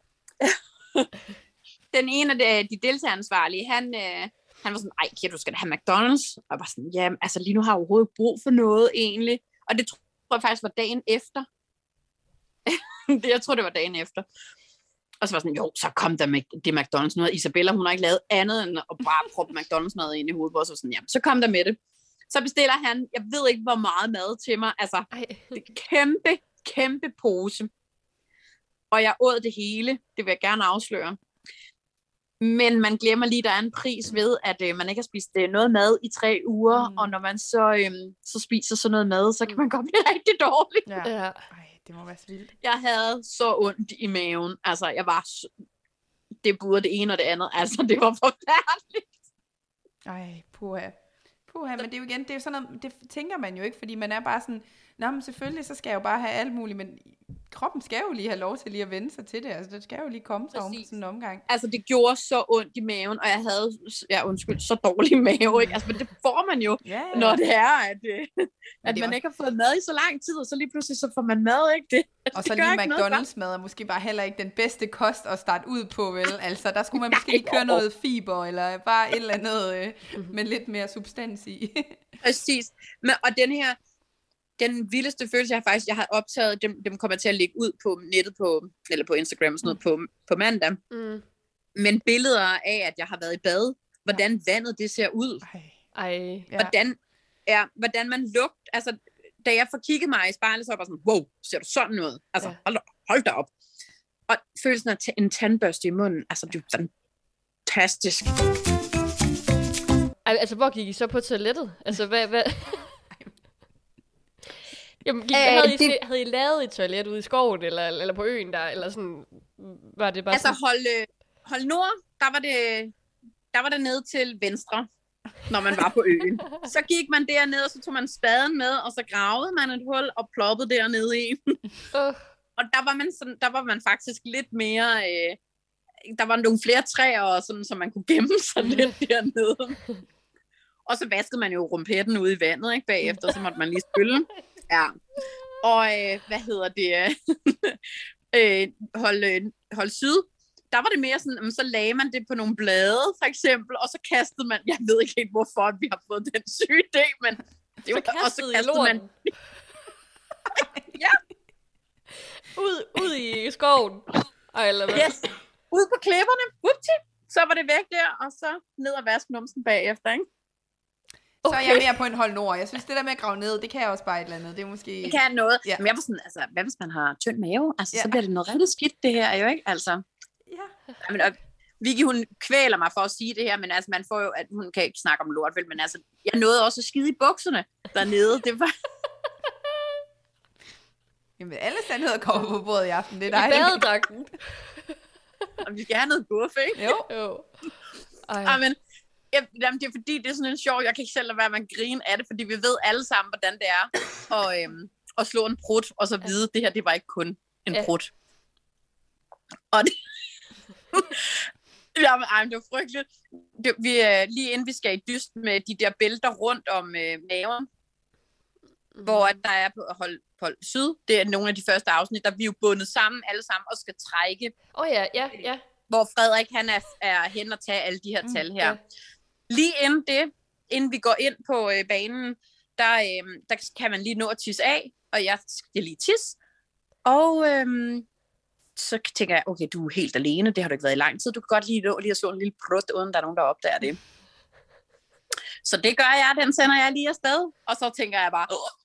Den ene af de deltageransvarlige, han var sådan, ej, Kira, du skal da have McDonald's. Og jeg var sådan, ja, altså lige nu har jeg overhovedet brug for noget egentlig. Og det tror jeg faktisk var dagen efter. Jeg tror, det var dagen efter. Og så var sådan, jo, så kom der det McDonald's noget. Isabella, hun har ikke lavet andet end at bare proppe McDonald's mad ind i hovedet. Og så var sådan, ja, så kom der med det. Så bestiller han, jeg ved ikke, hvor meget mad til mig. Altså, kæmpe pose. Og jeg åd det hele. Det vil jeg gerne afsløre. Men man glemmer lige, der er en pris ved, at man ikke har spist noget mad i 3 uger, og når man så spiser sådan noget mad, så kan man godt blive rigtig dårlig. Ja. Ej, det må være så vildt. Jeg havde så ondt i maven. Altså, jeg var det både det ene og det andet. Altså, det var forfærdeligt. Ej, puha, men det er jo igen, det er jo sådan noget, det tænker man jo ikke, fordi man er bare sådan, nå, men selvfølgelig, så skal jeg jo bare have alt muligt, men kroppen skal jo lige have lov til lige at vende sig til det, altså det skal jo lige komme sig om sådan en omgang. Altså det gjorde så ondt i maven, og jeg havde, så dårlig mave, ikke? Altså men det får man jo, når det er, at man ikke har fået mad i så lang tid, og så lige pludselig så får man mad, ikke? Det, og så lige McDonald's mad er måske bare heller ikke den bedste kost at starte ud på, vel? Altså der skulle man måske lige køre noget fiber, eller bare et eller andet med lidt mere substans i. Præcis, og den vildeste følelse, jeg har optaget, dem kommer til at lægge ud på nettet, eller på Instagram og sådan noget, på mandag. Men billeder af, at jeg har været i bad, hvordan vandet det ser ud. Hvordan man lugter. Altså, da jeg får kigget mig i spejlet, så var jeg bare sådan, wow, ser du sådan noget? Altså, hold da op. Og følelsen af en tandbørste i munden, altså, det er fantastisk. Altså, hvor gik I så på toilettet? Altså, hvad? Jamen, havde I lavet et toilet ude i skoven, eller på øen der, eller sådan, var det bare altså, hold nord, der var det ned til venstre, når man var på øen. Så gik man derned, og så tog man spaden med, og så gravede man et hul, og ploppede dernede i. Og der var man faktisk lidt mere, der var nogle flere træer, sådan, så man kunne gemme sig lidt dernede. Og så vaskede man jo rumpetten ude i vandet, ikke, bagefter, så måtte man lige spylle. Ja, og hold syd, der var det mere sådan, så lagde man det på nogle blade, for eksempel, og så kastede man, jeg ved ikke helt, hvorfor vi har fået den syge idé, men det var, og så kastede man... ja. Ud i skoven. Eller hvad? Yes. Ud på klipperne. Whoopty. Så var det væk der, og så ned og vaske numsen bagefter, ikke? Okay. Så er jeg mere på en hold nord. Jeg synes, det der med at grave ned, det kan jeg også bare et eller andet. Det er måske... Det kan noget. Ja. Men jeg var sådan, altså, hvad hvis man har tynd mave? Altså, så bliver det noget rigtig skidt, det her, jo ikke? Altså. Ja. Men, Vicky, hun kvæler mig for at sige det her, men altså, man får jo, at hun kan ikke snakke om lort, vel? Men altså, jeg nåede også at skide i bukserne dernede. Det var... Jamen, alle sandheder kommer på bordet i aften. Det er dejligt. I badedragten. Og vi skal have noget guf, ikke? Jo. Men jamen, det er fordi, det er sådan en sjov, jeg kan ikke selv lade være med at grine af det, fordi vi ved alle sammen, hvordan det er at slå en prut, og så vide, det her, det var ikke kun en prut. Og det... Jamen, det var frygteligt. Lige inden vi skal i dyst med de der bælter rundt om maven, hvor at der er på hold syd, det er nogle af de første afsnit, der vi er jo bundet sammen alle sammen og skal trække. Ja. Hvor Frederik, han er hen og tage alle de her tal her. Ja. Lige inden vi går ind på banen, der kan man lige nå at tisse af, og jeg skal lige tisse. Og så tænker jeg, okay, du er helt alene, det har du ikke været i lang tid. Du kan godt lige nå at slå en lille prut, uden der er nogen, der opdager det. Så det gør jeg, den sender jeg lige afsted. Og så tænker jeg bare,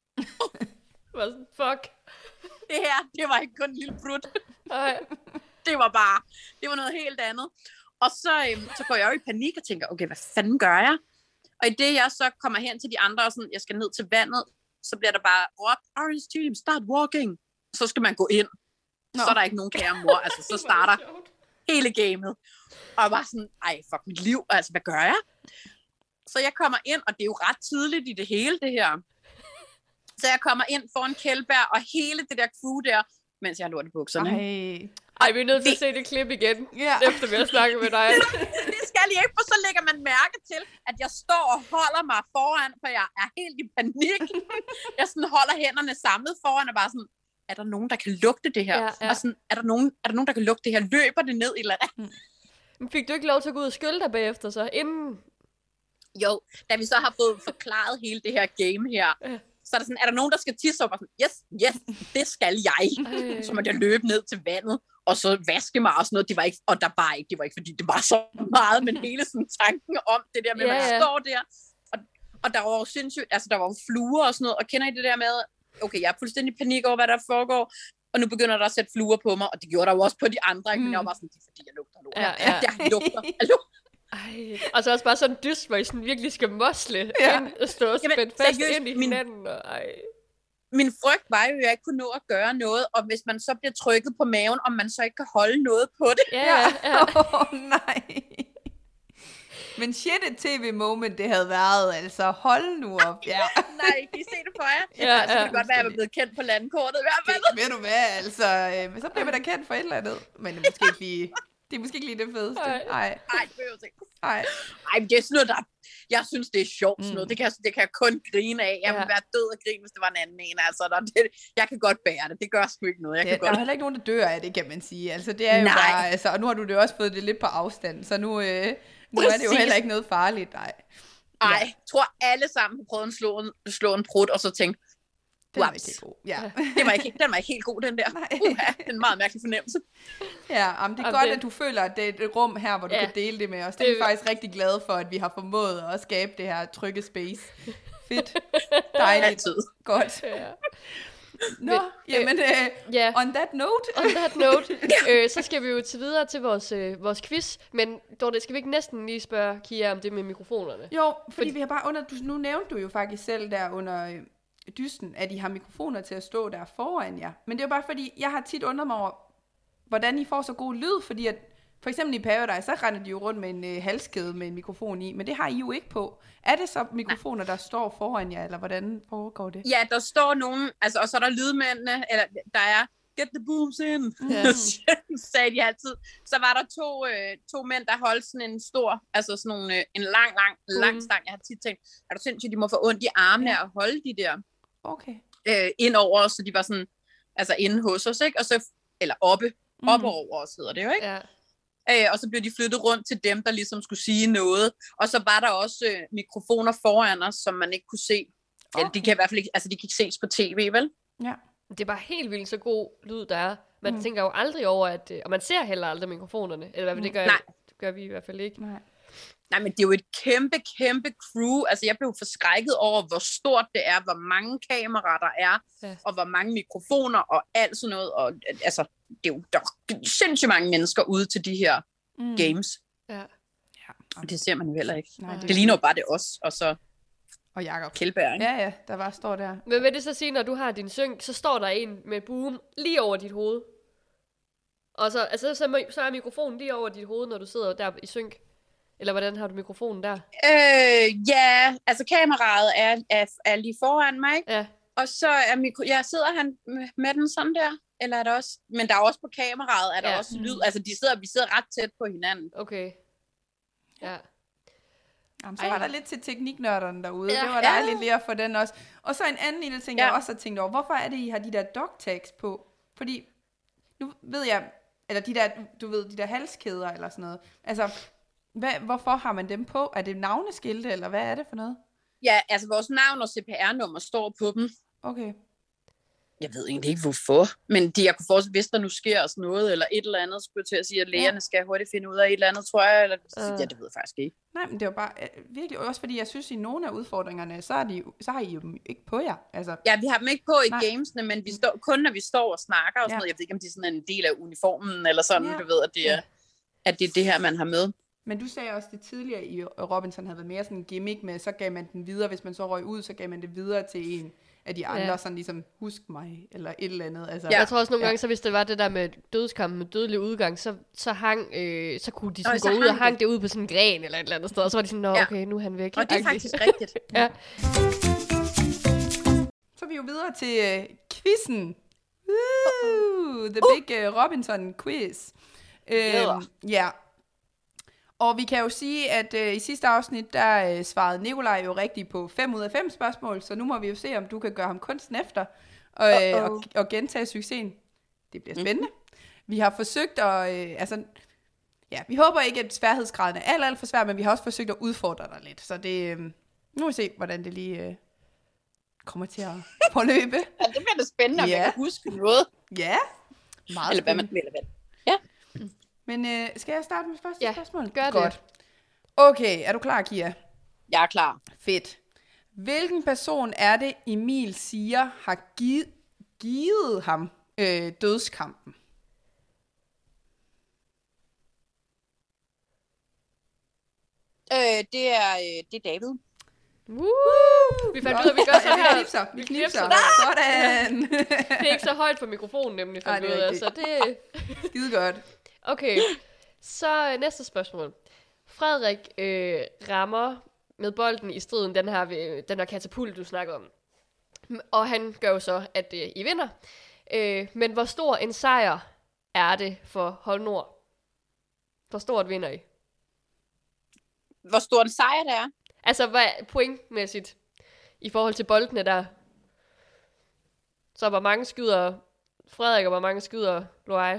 fuck. Det her, det var ikke kun en lille prut. Det var noget helt andet. Og så går jeg jo i panik og tænker, okay, hvad fanden gør jeg? Og i det jeg så kommer hen til de andre, og sådan, jeg skal ned til vandet, så bliver der bare råbt, Orange Team, start walking. Så skal man gå ind. Så er der ikke nogen kære mor. Altså, så starter hele gamet. Og jeg var sådan, fuck mit liv. Altså, hvad gør jeg? Så jeg kommer ind, og det er jo ret tidligt i det hele, det her. Så jeg kommer ind foran Kjeldberg, og hele det der crew der, mens jeg har lort i bukserne. Vi er nødt til at se det klip igen, efter vi har snakket med dig. Det skal I ikke, for så lægger man mærke til, at jeg står og holder mig foran, for jeg er helt i panik. Jeg sådan holder hænderne samlet foran, og bare sådan, er der nogen, der kan lugte det her? Ja. Og sådan, er der nogen, der kan lugte det her? Løber det ned i eller andet? Men fik du ikke lov til at gå ud og skylde dig bagefter så, inden? Jo, da vi så har fået forklaret hele det her game her, så er der sådan, er der nogen, der skal tisse op? Og sådan, yes, det skal jeg. Så måtte jeg løbe ned til vandet, og så vaske mig og sådan noget. Det var ikke, og det var ikke, fordi det var så meget, men hele sådan tanken om det der med, at man står der. Og der var jo sindssygt, altså der var jo fluer og sådan noget, og kender I det der med, okay, jeg er fuldstændig i panik over, hvad der foregår, og nu begynder der at sætte fluer på mig, og det gjorde der jo også på de andre, ikke? Men jeg var bare sådan, det er fordi, jeg lugter lort. Jeg lugter. Og så også bare sådan dyst, hvor I sådan virkelig skal mosle ind og stå og spændt fast ind i hinanden. Min frygt var jo, at jeg ikke kunne nå at gøre noget, og hvis man så bliver trykket på maven, om man så ikke kan holde noget på det. Nej. Men shit, et tv-moment, det havde været, altså hold nu op. Ja. Nej, kan I se det for jer? Altså, det kan godt være, at jeg er blevet kendt på landkortet i hvert fald. Ved du hvad, altså, så bliver man da kendt for et eller andet. Men det er måske ikke lige... Det er måske ikke lige det fedeste. Nej, det behøver ikke. Nej, men det er sådan noget, der... Jeg synes, det er sjovt sådan noget. Det kan jeg kun grine af. Jeg ville være død og grine, hvis det var en anden en. Altså, jeg kan godt bære det. Det gør sgu ikke noget. Der er heller ikke nogen, der dør af det, kan man sige. Altså, det er jo bare... Altså, og nu har du det også fået det lidt på afstand, så nu er det jo heller ikke noget farligt. Nej, jeg tror alle sammen har prøvet at slå en prut, og så tænkt, den var ikke god. Ja. Den var ikke helt god, den der. Det er en meget mærkelig fornemmelse. Ja, men det er godt, at du føler, at det er et rum her, hvor du kan dele det med os. Det er vi faktisk rigtig glade for, at vi har formået at skabe det her trygge space. Fedt. Dejligt. Altid. Godt. Nå, jamen, on that note, så skal vi jo videre til vores quiz. Men Dorte, skal vi ikke næsten lige spørge Kia om det med mikrofonerne? Jo, fordi vi har bare nu nævnte du jo faktisk selv der under... dysten, at I har mikrofoner til at stå der foran jer. Men det er jo bare fordi, jeg har tit undret mig over, hvordan I får så god lyd, fordi at, for eksempel i Paradise, så render de jo rundt med en halskæde med en mikrofon i, men det har I jo ikke på. Er det så mikrofoner, der står foran jer, eller hvordan foregår det? Ja, der står nogen, altså, og så er der lydmændene, eller der er get the booms in, sagde de altid. Så var der to mænd, der holdt sådan en stor, altså sådan nogle, en lang stang. Jeg har tit tænkt, er du sindssygt, de må få ondt i armene at holde de der ind over, så de var sådan, altså inde hos os, ikke? Og så, eller oppe over os hedder det jo, ikke? Ja. og så blev de flyttet rundt til dem, der ligesom skulle sige noget. Og så var der også mikrofoner foran os, som man ikke kunne se. Eller de kan i hvert fald ikke, altså de kan ikke ses på tv, vel? Ja. Det var helt vildt så god lyd, der er. Man tænker jo aldrig over, at... Og man ser heller aldrig mikrofonerne. Eller hvad det gør, det gør vi i hvert fald ikke. Nej, men det er jo et kæmpe crew. Altså, jeg blev forskrækket over, hvor stort det er, hvor mange kameraer der er, og hvor mange mikrofoner og alt sådan noget. Og, altså, det er jo der er sindssygt mange mennesker ude til de her games. Ja. Og det ser man jo heller ikke. Nej, det ligner jo bare det os, og så og Jakob Kjeldberg, ikke? Ja, der bare står der. Men vil det så sige, når du har din synk, så står der en med boom lige over dit hoved? Og så, altså, så er mikrofonen lige over dit hoved, når du sidder der i synk? Eller hvordan har du mikrofonen der? Ja, altså kameraet er lige foran mig, ikke? Ja. Og så er sidder han med den sådan der? Eller er der også... Men der er også på kameraet, er der også lyd. Altså, vi sidder ret tæt på hinanden. Okay. Ja. Jamen, så var der lidt til tekniknørderne derude. Det var dejligt lige at få den også. Og så en anden lille ting, jeg også har tænkt over. Hvorfor er det, I har de der dog tags på? Fordi, nu ved jeg... Eller de der, du ved, de der halskæder eller sådan noget. Altså, hvorfor har man dem på? Er det navneskilte, eller hvad er det for noget? Ja, altså vores navn og CPR-nummer står på dem. Okay. Jeg ved egentlig ikke, hvorfor. Men jeg kunne forestille, hvis der nu sker os noget, eller et eller andet, skulle jeg til at sige, at lægerne skal hurtigt finde ud af et eller andet, tror jeg. Eller, ja, det ved jeg faktisk ikke. Nej, men det var bare virkelig også, fordi jeg synes, i nogle af udfordringerne, så har I jo dem ikke på jer. Altså. Ja, vi har dem ikke på i gamesene, men vi står, kun når vi står og snakker og sådan noget. Jeg ved ikke, om de er sådan en del af uniformen, eller sådan, du ved, at det er det her, man har med. Men du sagde også det tidligere i Robinson havde været mere sådan en gimmick med, så gav man den videre, hvis man så røg ud, så gav man det videre til en af de andre, sådan ligesom, husk mig, eller et eller andet. Altså. Jeg tror også nogle gange, så hvis det var det der med dødskampen med dødelig udgang, så kunne de sådan gå ud og hang det ud på sådan en gren, eller et eller andet sted, og så var de sådan, okay, nu er han væk. Og det er faktisk rigtigt. Ja. Så er vi jo videre til quizzen. The big Robinson quiz. Ja. Og vi kan jo sige, at i sidste afsnit, der svarede Nikolaj jo rigtigt på 5 ud af 5 spørgsmål, så nu må vi jo se, om du kan gøre ham kunsten efter og gentage succesen. Det bliver spændende. Vi har forsøgt at... vi håber ikke, at sværhedsgraden er alt for svær, men vi har også forsøgt at udfordre dig lidt. Så det, nu må vi se, hvordan det lige kommer til at forløbe. Ja, det bliver da spændende, om jeg kan huske noget. Ja, meget eller hvad man vil. Ja. Men skal jeg starte med første spørgsmål? Gør det. Godt. Okay, er du klar, Kia? Jeg er klar. Fedt. Hvilken person er det, Emil siger, har givet ham dødskampen? Det er David. Vi fandt ud af, at vi gør sådan her. Vi knipser. Sådan. Det er ikke så højt for mikrofonen, nemlig. Fandt ud af, så det... Skide godt. Okay, så næste spørgsmål. Frederik rammer med bolden i striden den her katapult, du snakkede om. Og han gør jo så, at I vinder. Men hvor stor en sejr er det for Hold Nord? Hvor stort vinder I? Hvor stor en sejr det er? Altså, hvad pointmæssigt i forhold til boldene der? Så hvor mange skyder Frederik, og hvor mange skyder Loai?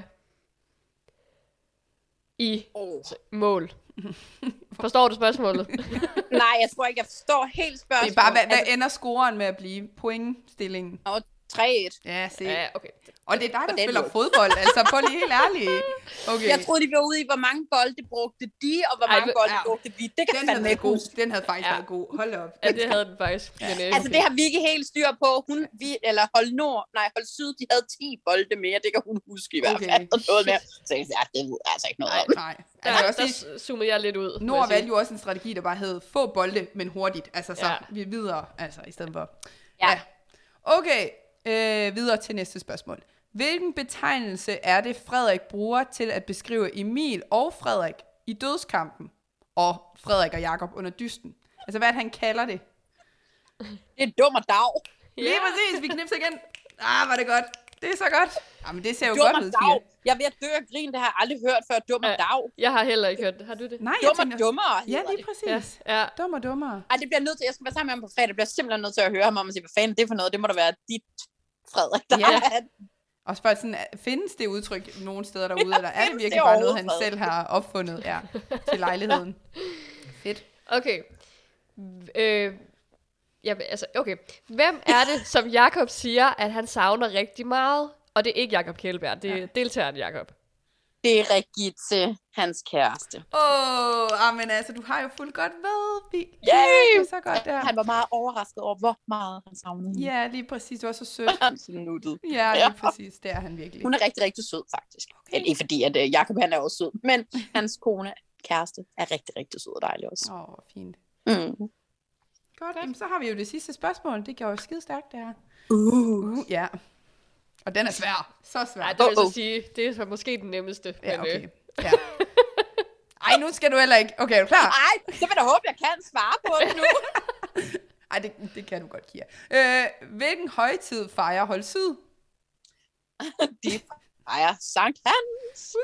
I mål. Forstår du spørgsmålet? Nej, jeg tror ikke, jeg forstår helt spørgsmålet. Det er bare, hvad ender scoren med at blive pointstillingen? 3-1. Ja, se. Ja, okay. Og det er dig, der spiller fodbold, altså på lige helt ærligt. Okay. Jeg troede, de var ude i, hvor mange bolde brugte de, og hvor mange bolde brugte vi. Det kan fandme ikke huske. Den havde faktisk været god. Hold op. Ja, det havde den faktisk. Ja. Men, altså, det har vi ikke helt styr på. Hold Syd, de havde 10 bolde mere. Det kan hun huske i hvert fald. Noget mere. Så jeg sagde, det ved altså ikke noget om. Nej. Der zoomede jeg lidt ud. Nord valgte jo også en strategi, der bare hed få bolde, men hurtigt. Altså, så vi videre, altså, i stedet for. Ja. Okay. Videre til næste spørgsmål. Hvilken betegnelse er det, Frederik bruger til at beskrive Emil og Frederik i dødskampen, og Frederik og Jakob under dysten? Altså, hvad han kalder det? Det er dum og dag. Lige præcis, vi knipser igen. Var det godt. Det er så godt. Jamen, det ser jo godt ud, Pia. Jeg er ved at dø af grin, det har jeg aldrig hørt før. Dum og dag. Jeg har heller ikke hørt det. Har du det? Nej, dum og dummere. Ja, lige præcis. Ja. Dum og dummere. Ej, det bliver nødt til. Jeg skal være sammen med ham på fredag. Jeg bliver simpelthen nødt til at høre ham om at sige, hvad fanden det er for noget. Det må da være dit Frederik, der Og spørge sådan, findes det udtryk nogle steder derude, eller er det virkelig bare noget, han selv har opfundet til lejligheden? Fedt. Okay. Okay. Hvem er det, som Jakob siger, at han savner rigtig meget? Og det er ikke Jakob Kjellberg, det er deltageren Jakob. Det er Regitze, hans kæreste. Men altså, du har jo fuldt godt ved. Det er så godt der. Han var meget overrasket over, hvor meget han savnede hende. Ja, lige præcis. Det var så sødt. Han er så nuttet. Ja, lige præcis. Det er han virkelig. Hun er rigtig, rigtig sød, faktisk. Okay. Ikke fordi, at Jakob han er også sød, men hans kæreste, er rigtig, rigtig sød og dejlig også. Fint. Mm. Godt, jamen, så har vi jo det sidste spørgsmål. Det gjorde jo skide stærkt, det her. Ja. Og den er svær. Så svær. Ej, det vil så sige, det er så måske den nemmeste. Ja, men, okay. Ja. Ej, nu skal du heller ikke. Okay, er du klar? Ej, det vil da håbe, jeg kan svare på det nu. Ej, det kan du godt, Kia. Hvilken højtid fejrer Hold Syd? De fejrer Sankt Hans.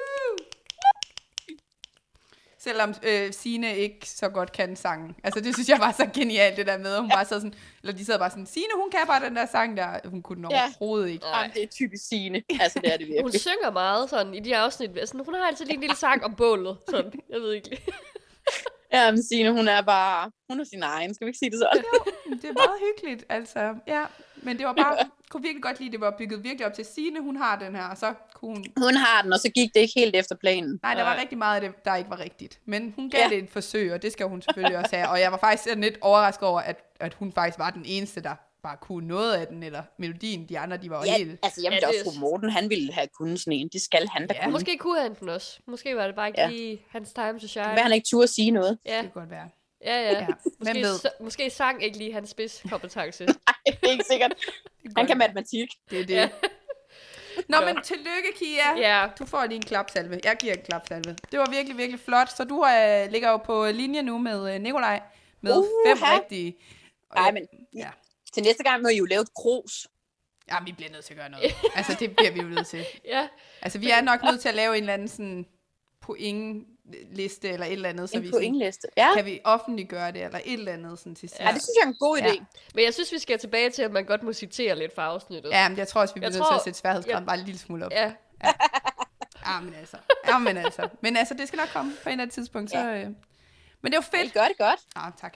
Selvom Signe ikke så godt kan sangen. Altså, det synes jeg var så genialt, det der med, hun bare sad sådan, eller de sad bare sådan, Signe, hun kan bare den der sang der, hun kunne den overhovedet ikke. Nej, det er typisk Signe. Altså, det er det virkelig. Hun synger meget sådan i de afsnit. Altså, hun har altid lige en lille sang om bålet. Sådan, jeg ved ikke. Ja, men Signe, hun er sin egen. Skal vi ikke sige det sådan? Jo, det er meget hyggeligt, altså. Ja, men det var bare, kunne virkelig godt lide, det var bygget virkelig op til Signe, hun har den her, og så kunne hun... Hun har den, og så gik det ikke helt efter planen. Nej, der var rigtig meget af det, der ikke var rigtigt. Men hun gav det et forsøg, og det skal hun selvfølgelig også have. Og jeg var faktisk lidt overrasket over, at hun faktisk var den eneste, der bare kunne noget af den, eller melodien. De andre, de var jo helt... altså jeg ville også Morten, han ville have kunnet sådan en. Det skal han da kunne. Måske kunne han den også. Måske var det bare ikke lige hans time to shine. Hvad han ikke turde sige noget. Ja. Det kan godt være. Ja. Måske sang ikke lige hans spidskompetence. Nej, ikke sikkert. Han kan matematik. Det er det. Ja. Nå, men tillykke, Kia. Ja. Du får lige en klapsalve. Jeg giver en klapsalve. Det var virkelig, virkelig flot. Så du ligger jo på linje nu med Nikolaj. Med 5 rigtige. Nej, men til næste gang må I jo lave et krus. Ja, vi bliver nødt til at gøre noget. Altså, det bliver vi jo nødt til. Ja. Altså, vi er nok nødt til at lave en eller anden sådan pointliste eller et eller andet. Så en pointliste, ja. Kan vi offentliggøre det, eller et eller andet sådan til sidst. Ja, det synes jeg er en god idé. Ja. Men jeg synes, vi skal tilbage til, at man godt må citere lidt fra afsnittet. Ja, men jeg tror også, vi bliver nødt til at sætte sværhedsgraden bare en lille smule op. Ja. Men altså. Men altså, det skal nok komme på en eller anden tidspunkt. Så, men det var fedt. Det gør det godt. Ja, tak.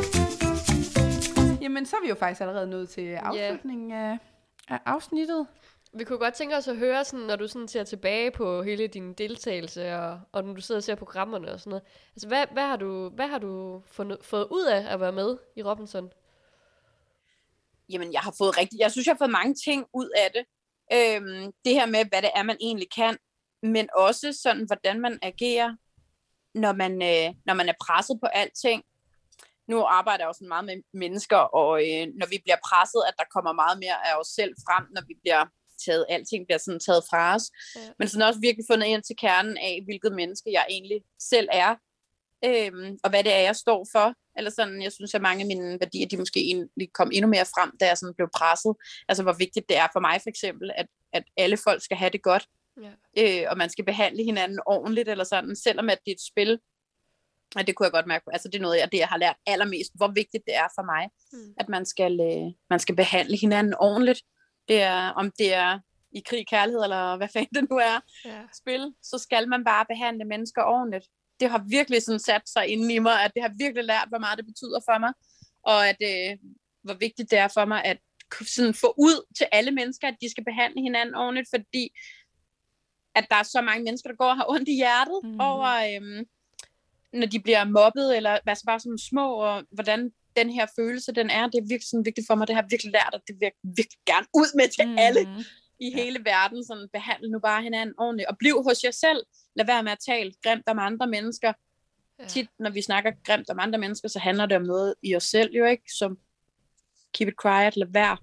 Jamen, så er vi jo faktisk allerede nået til afslutningen af afsnittet. Vi kunne godt tænke os at høre, sådan, når du sådan ser tilbage på hele din deltagelse, og når du sidder og ser programmerne og sådan noget. Altså, hvad har du fået ud af at være med i Robinson? Jamen, jeg synes, jeg har fået mange ting ud af det. Det her med, hvad det er, man egentlig kan, men også sådan, hvordan man agerer, når man er presset på alting. Nu arbejder jeg jo sådan meget med mennesker, og når vi bliver presset, at der kommer meget mere af os selv frem, når vi bliver alting bliver sådan taget fra os. Ja. Men sådan også virkelig fundet ind til kernen af, hvilket menneske jeg egentlig selv er, og hvad det er, jeg står for. Eller sådan, jeg synes, at mange af mine værdier, de måske egentlig kom endnu mere frem, da jeg sådan blev presset. Altså, hvor vigtigt det er for mig, for eksempel, at alle folk skal have det godt. Ja. Og man skal behandle hinanden ordentligt, eller sådan, selvom at det er et spil. Og det kunne jeg godt mærke på. Altså, det er noget af det, jeg har lært allermest, hvor vigtigt det er for mig, at man skal behandle hinanden ordentligt. Om det er i krig, kærlighed, eller hvad fanden det nu er, spil, så skal man bare behandle mennesker ordentligt. Det har virkelig sådan sat sig inde i mig, at det har virkelig lært, hvor meget det betyder for mig, og at hvor vigtigt det er for mig, at sådan få ud til alle mennesker, at de skal behandle hinanden ordentligt, fordi at der er så mange mennesker, der går og har ondt i hjertet over, når de bliver mobbet, eller altså bare sådan små, og hvordan den her følelse, den er, det er virkelig sådan vigtigt for mig, det har jeg virkelig lært, og det vil jeg virkelig gerne ud med til alle i hele verden, sådan behandle nu bare hinanden ordentligt, og bliv hos jer selv, lad være med at tale grimt om andre mennesker. Tit, når vi snakker grimt om andre mennesker, så handler det om noget i os selv, jo ikke, som keep it quiet, lad være.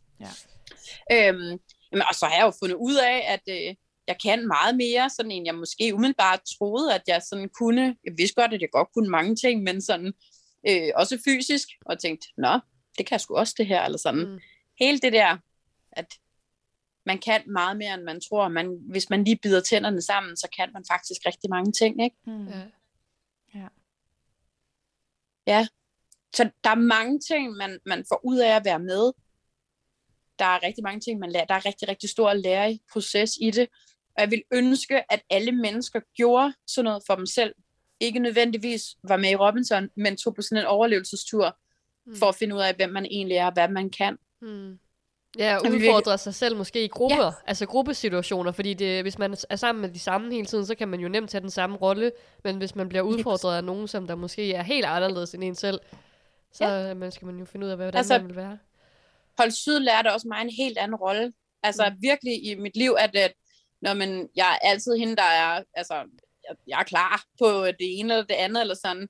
Og så har jeg jo fundet ud af, at jeg kan meget mere, sådan en jeg måske umiddelbart troede, at jeg sådan kunne, jeg vidste godt, at jeg godt kunne mange ting, men sådan, også fysisk, og tænkte, det kan jeg sgu også det her, eller sådan. Hele det der, at man kan meget mere, end man tror. Hvis man lige bider tænderne sammen, så kan man faktisk rigtig mange ting, ikke? Ja. Så der er mange ting, man får ud af at være med. der er rigtig mange ting, man lærer. Der er rigtig, rigtig stor læreproces i det. Og jeg vil ønske, at alle mennesker gjorde sådan noget for dem selv. Ikke nødvendigvis var med i Robinson, men tog på sådan en overlevelsestur, for at finde ud af, hvem man egentlig er, og hvad man kan. Ja, og udfordre sig selv måske i grupper, altså gruppesituationer, fordi hvis man er sammen med de samme hele tiden, så kan man jo nemt tage den samme rolle, men hvis man bliver udfordret af nogen, som der måske er helt anderledes end en selv, så skal man jo finde ud af, hvordan man vil være. Hold Syd lærte også mig en helt anden rolle. Altså virkelig i mit liv, at jeg er altid hende, der er, altså, jeg er klar på det ene eller det andet, eller sådan.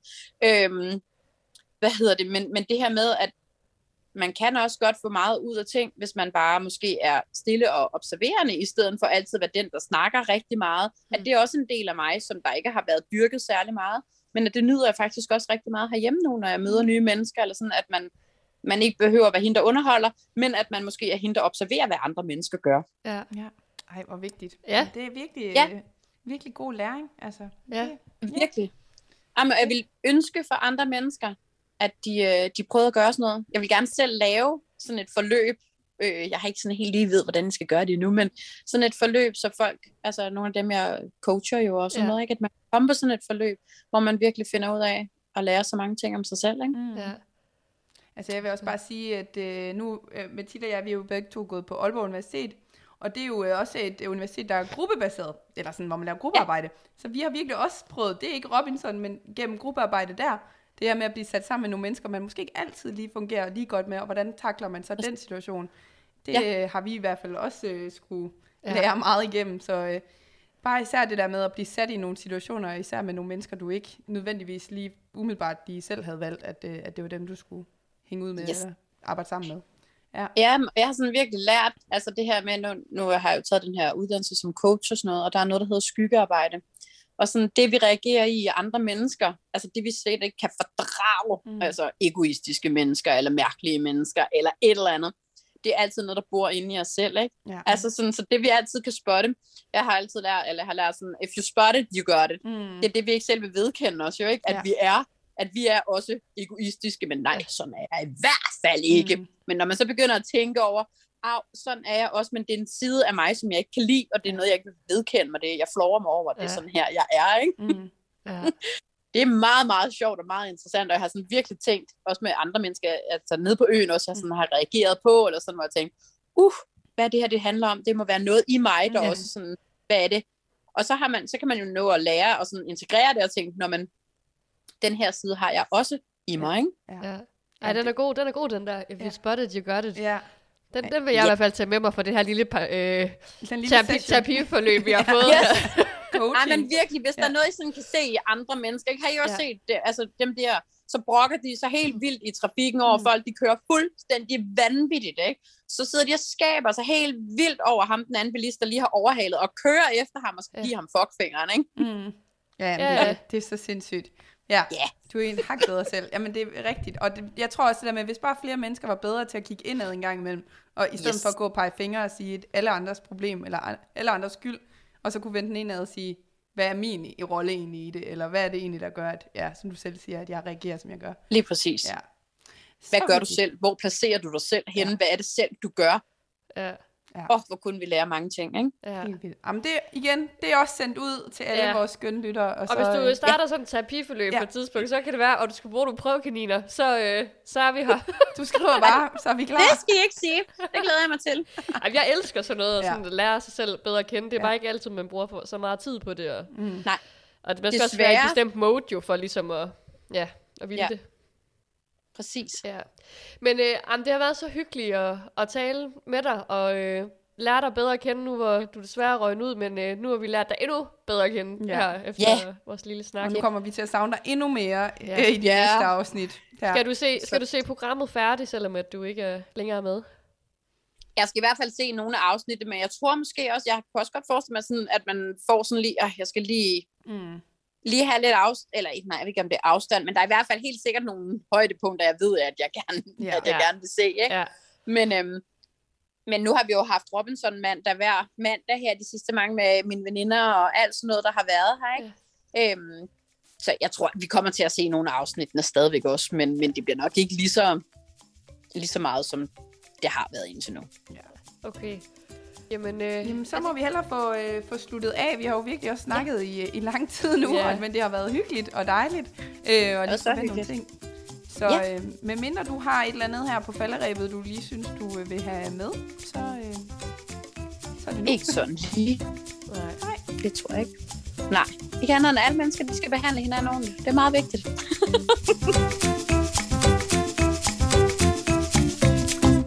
Men det her med, at man kan også godt få meget ud af ting, hvis man bare måske er stille og observerende, i stedet for altid at være den, der snakker rigtig meget. At det er også en del af mig, som der ikke har været dyrket særlig meget. Men at det nyder jeg faktisk også rigtig meget herhjemme nu, når jeg møder nye mennesker, eller sådan, at man ikke behøver at være hende, der underholder, men at man måske er hende, der observerer, hvad andre mennesker gør. Ja. Ej, hvor vigtigt. Ja. Det er virkelig, virkelig god læring. Altså, virkelig. Jamen, jeg vil ønske for andre mennesker, at de prøvede at gøre sådan noget. Jeg vil gerne selv lave sådan et forløb. Jeg har ikke sådan helt lige ved, hvordan jeg skal gøre det nu, men sådan et forløb, så folk, altså nogle af dem, jeg coacher jo og sådan noget, ikke? At man kommer på sådan et forløb, hvor man virkelig finder ud af at lære så mange ting om sig selv, ikke? Ja. Altså jeg vil også bare sige, at nu, Mathilde og jeg, vi er jo begge to gået på Aalborg Universitet, og det er jo også et universitet, der er gruppebaseret, eller sådan, hvor man laver gruppearbejde. Så vi har virkelig også prøvet, det er ikke Robinson, men gennem gruppearbejde der, det her med at blive sat sammen med nogle mennesker, man måske ikke altid lige fungerer lige godt med, og hvordan takler man så den situation. Det har vi i hvert fald også skulle lære meget igennem, så bare især det der med at blive sat i nogle situationer, især med nogle mennesker, du ikke nødvendigvis lige umiddelbart lige selv havde valgt, at det var dem, du skulle hænge ud med eller arbejde sammen med. Ja, jeg har sådan virkelig lært, altså det her med, nu har jeg jo taget den her uddannelse som coach og sådan noget, og der er noget, der hedder skyggearbejde. Og sådan det, vi reagerer i andre mennesker, altså det, vi slet ikke kan fordrage, altså egoistiske mennesker, eller mærkelige mennesker, eller et eller andet, det er altid noget, der bor inde i os selv, ikke? Ja. Altså sådan, så det, vi altid kan spotte, jeg har lært sådan, if you spot it, you got it. Det er det, vi ikke selv vil vedkende os jo, ikke? At vi er også egoistiske, men nej, sådan er jeg i hvert fald ikke. Men når man så begynder at tænke over, sådan er jeg også, men det er en side af mig, som jeg ikke kan lide, og det er noget, jeg ikke vil vedkende mig det. Jeg flår mig over, det er sådan her, jeg er, ikke? Det er meget, meget sjovt og meget interessant, og jeg har sådan virkelig tænkt, også med andre mennesker, altså nede på øen også, jeg sådan har reageret på, eller sådan, hvor jeg tænkt, hvad er det her, det handler om? Det må være noget i mig, der også sådan, hvad er det? Og så kan man jo nå at lære og sådan integrere det, og tænke, den her side har jeg også i mig, ikke? Ja. Ej, den er god, den der, if you spot it, you got it. Ja. Den vil jeg i hvert fald tage med mig for det her lille terapiforløb, vi har fået. Ej, men virkelig, hvis der er noget, I sådan kan se i andre mennesker, ikke? Har I også set det? Altså dem der, så brokker de så helt vildt i trafikken over folk, de kører fuldstændig vanvittigt, ikke? Så sidder de og skaber sig helt vildt over ham, den anden bilist, der lige har overhalet, og kører efter ham og skal give ham fuckfingeren, ikke? Det er så sindssygt. Ja, du er en hak bedre selv. Jamen, det er rigtigt. Og jeg tror også det der med, hvis bare flere mennesker var bedre til at kigge indad en gang imellem, og i stedet for at gå og pege fingre og sige alle andres problem, eller alle andres skyld, og så kunne vende den indad og sige, hvad er min rolle egentlig i det, eller hvad er det egentlig, der gør, at, som du selv siger, at jeg reagerer, som jeg gør. Lige præcis. Ja. Hvad gør du selv? Hvor placerer du dig selv henne? Ja. Hvad er det selv, du gør? Ja. Hvor kunne vi lære mange ting, ikke? Ja. Helt vildt. Jamen det er også sendt ud til alle vores skønne lyttere. Og hvis du starter sådan et terapiforløb på et tidspunkt, så kan det være, og du skal bruge nogle prøvekaniner, så er vi her. Du skriver bare, så er vi klar. Det skal I ikke sige. Det glæder jeg mig til. Jeg elsker sådan noget, sådan at lære sig selv bedre at kende. Det er bare ikke altid, man bruger så meget tid på det. Og, nej. Og man skal også være i et bestemt mode jo, for ligesom at ville det. Præcis. Ja. Men det har været så hyggeligt at tale med dig, og lære dig bedre at kende nu, hvor du desværre røg ud, men nu har vi lært dig endnu bedre at kende her, efter vores lille snak. Og nu kommer vi til at savne dig endnu mere i de næste afsnit. Ja. Skal du se programmet færdigt, selvom at du ikke er længere med? Jeg skal i hvert fald se nogle af afsnittet, men jeg tror måske også, jeg kan også godt forestille mig sådan, at man får sådan lige, jeg skal lige have lidt afstand, eller nej, jeg ved ikke, om det er afstand, men der er i hvert fald helt sikkert nogle højdepunkter, jeg ved, at jeg gerne vil se, ikke? Ja. Men nu har vi jo haft Robinson mandag hver mandag her de sidste mange med mine veninder og alt sådan noget, der har været her, ikke? Så jeg tror, at vi kommer til at se nogle af afsnittene stadigvæk også, men det bliver nok ikke lige så meget, som det det har været indtil nu. Ja. Okay. Jamen, så må vi hellere få sluttet af. Vi har jo virkelig også snakket i lang tid nu, men det har været hyggeligt og dejligt. Og lige forvente nogle ting. Så medmindre du har et eller andet her på falderebet, du lige synes, du vil have med, så er det nu. Ikke sådan lige. Nej, det tror jeg ikke. Nej, ikke andet end alle mennesker, de skal behandle hinanden ordentligt. Det er meget vigtigt.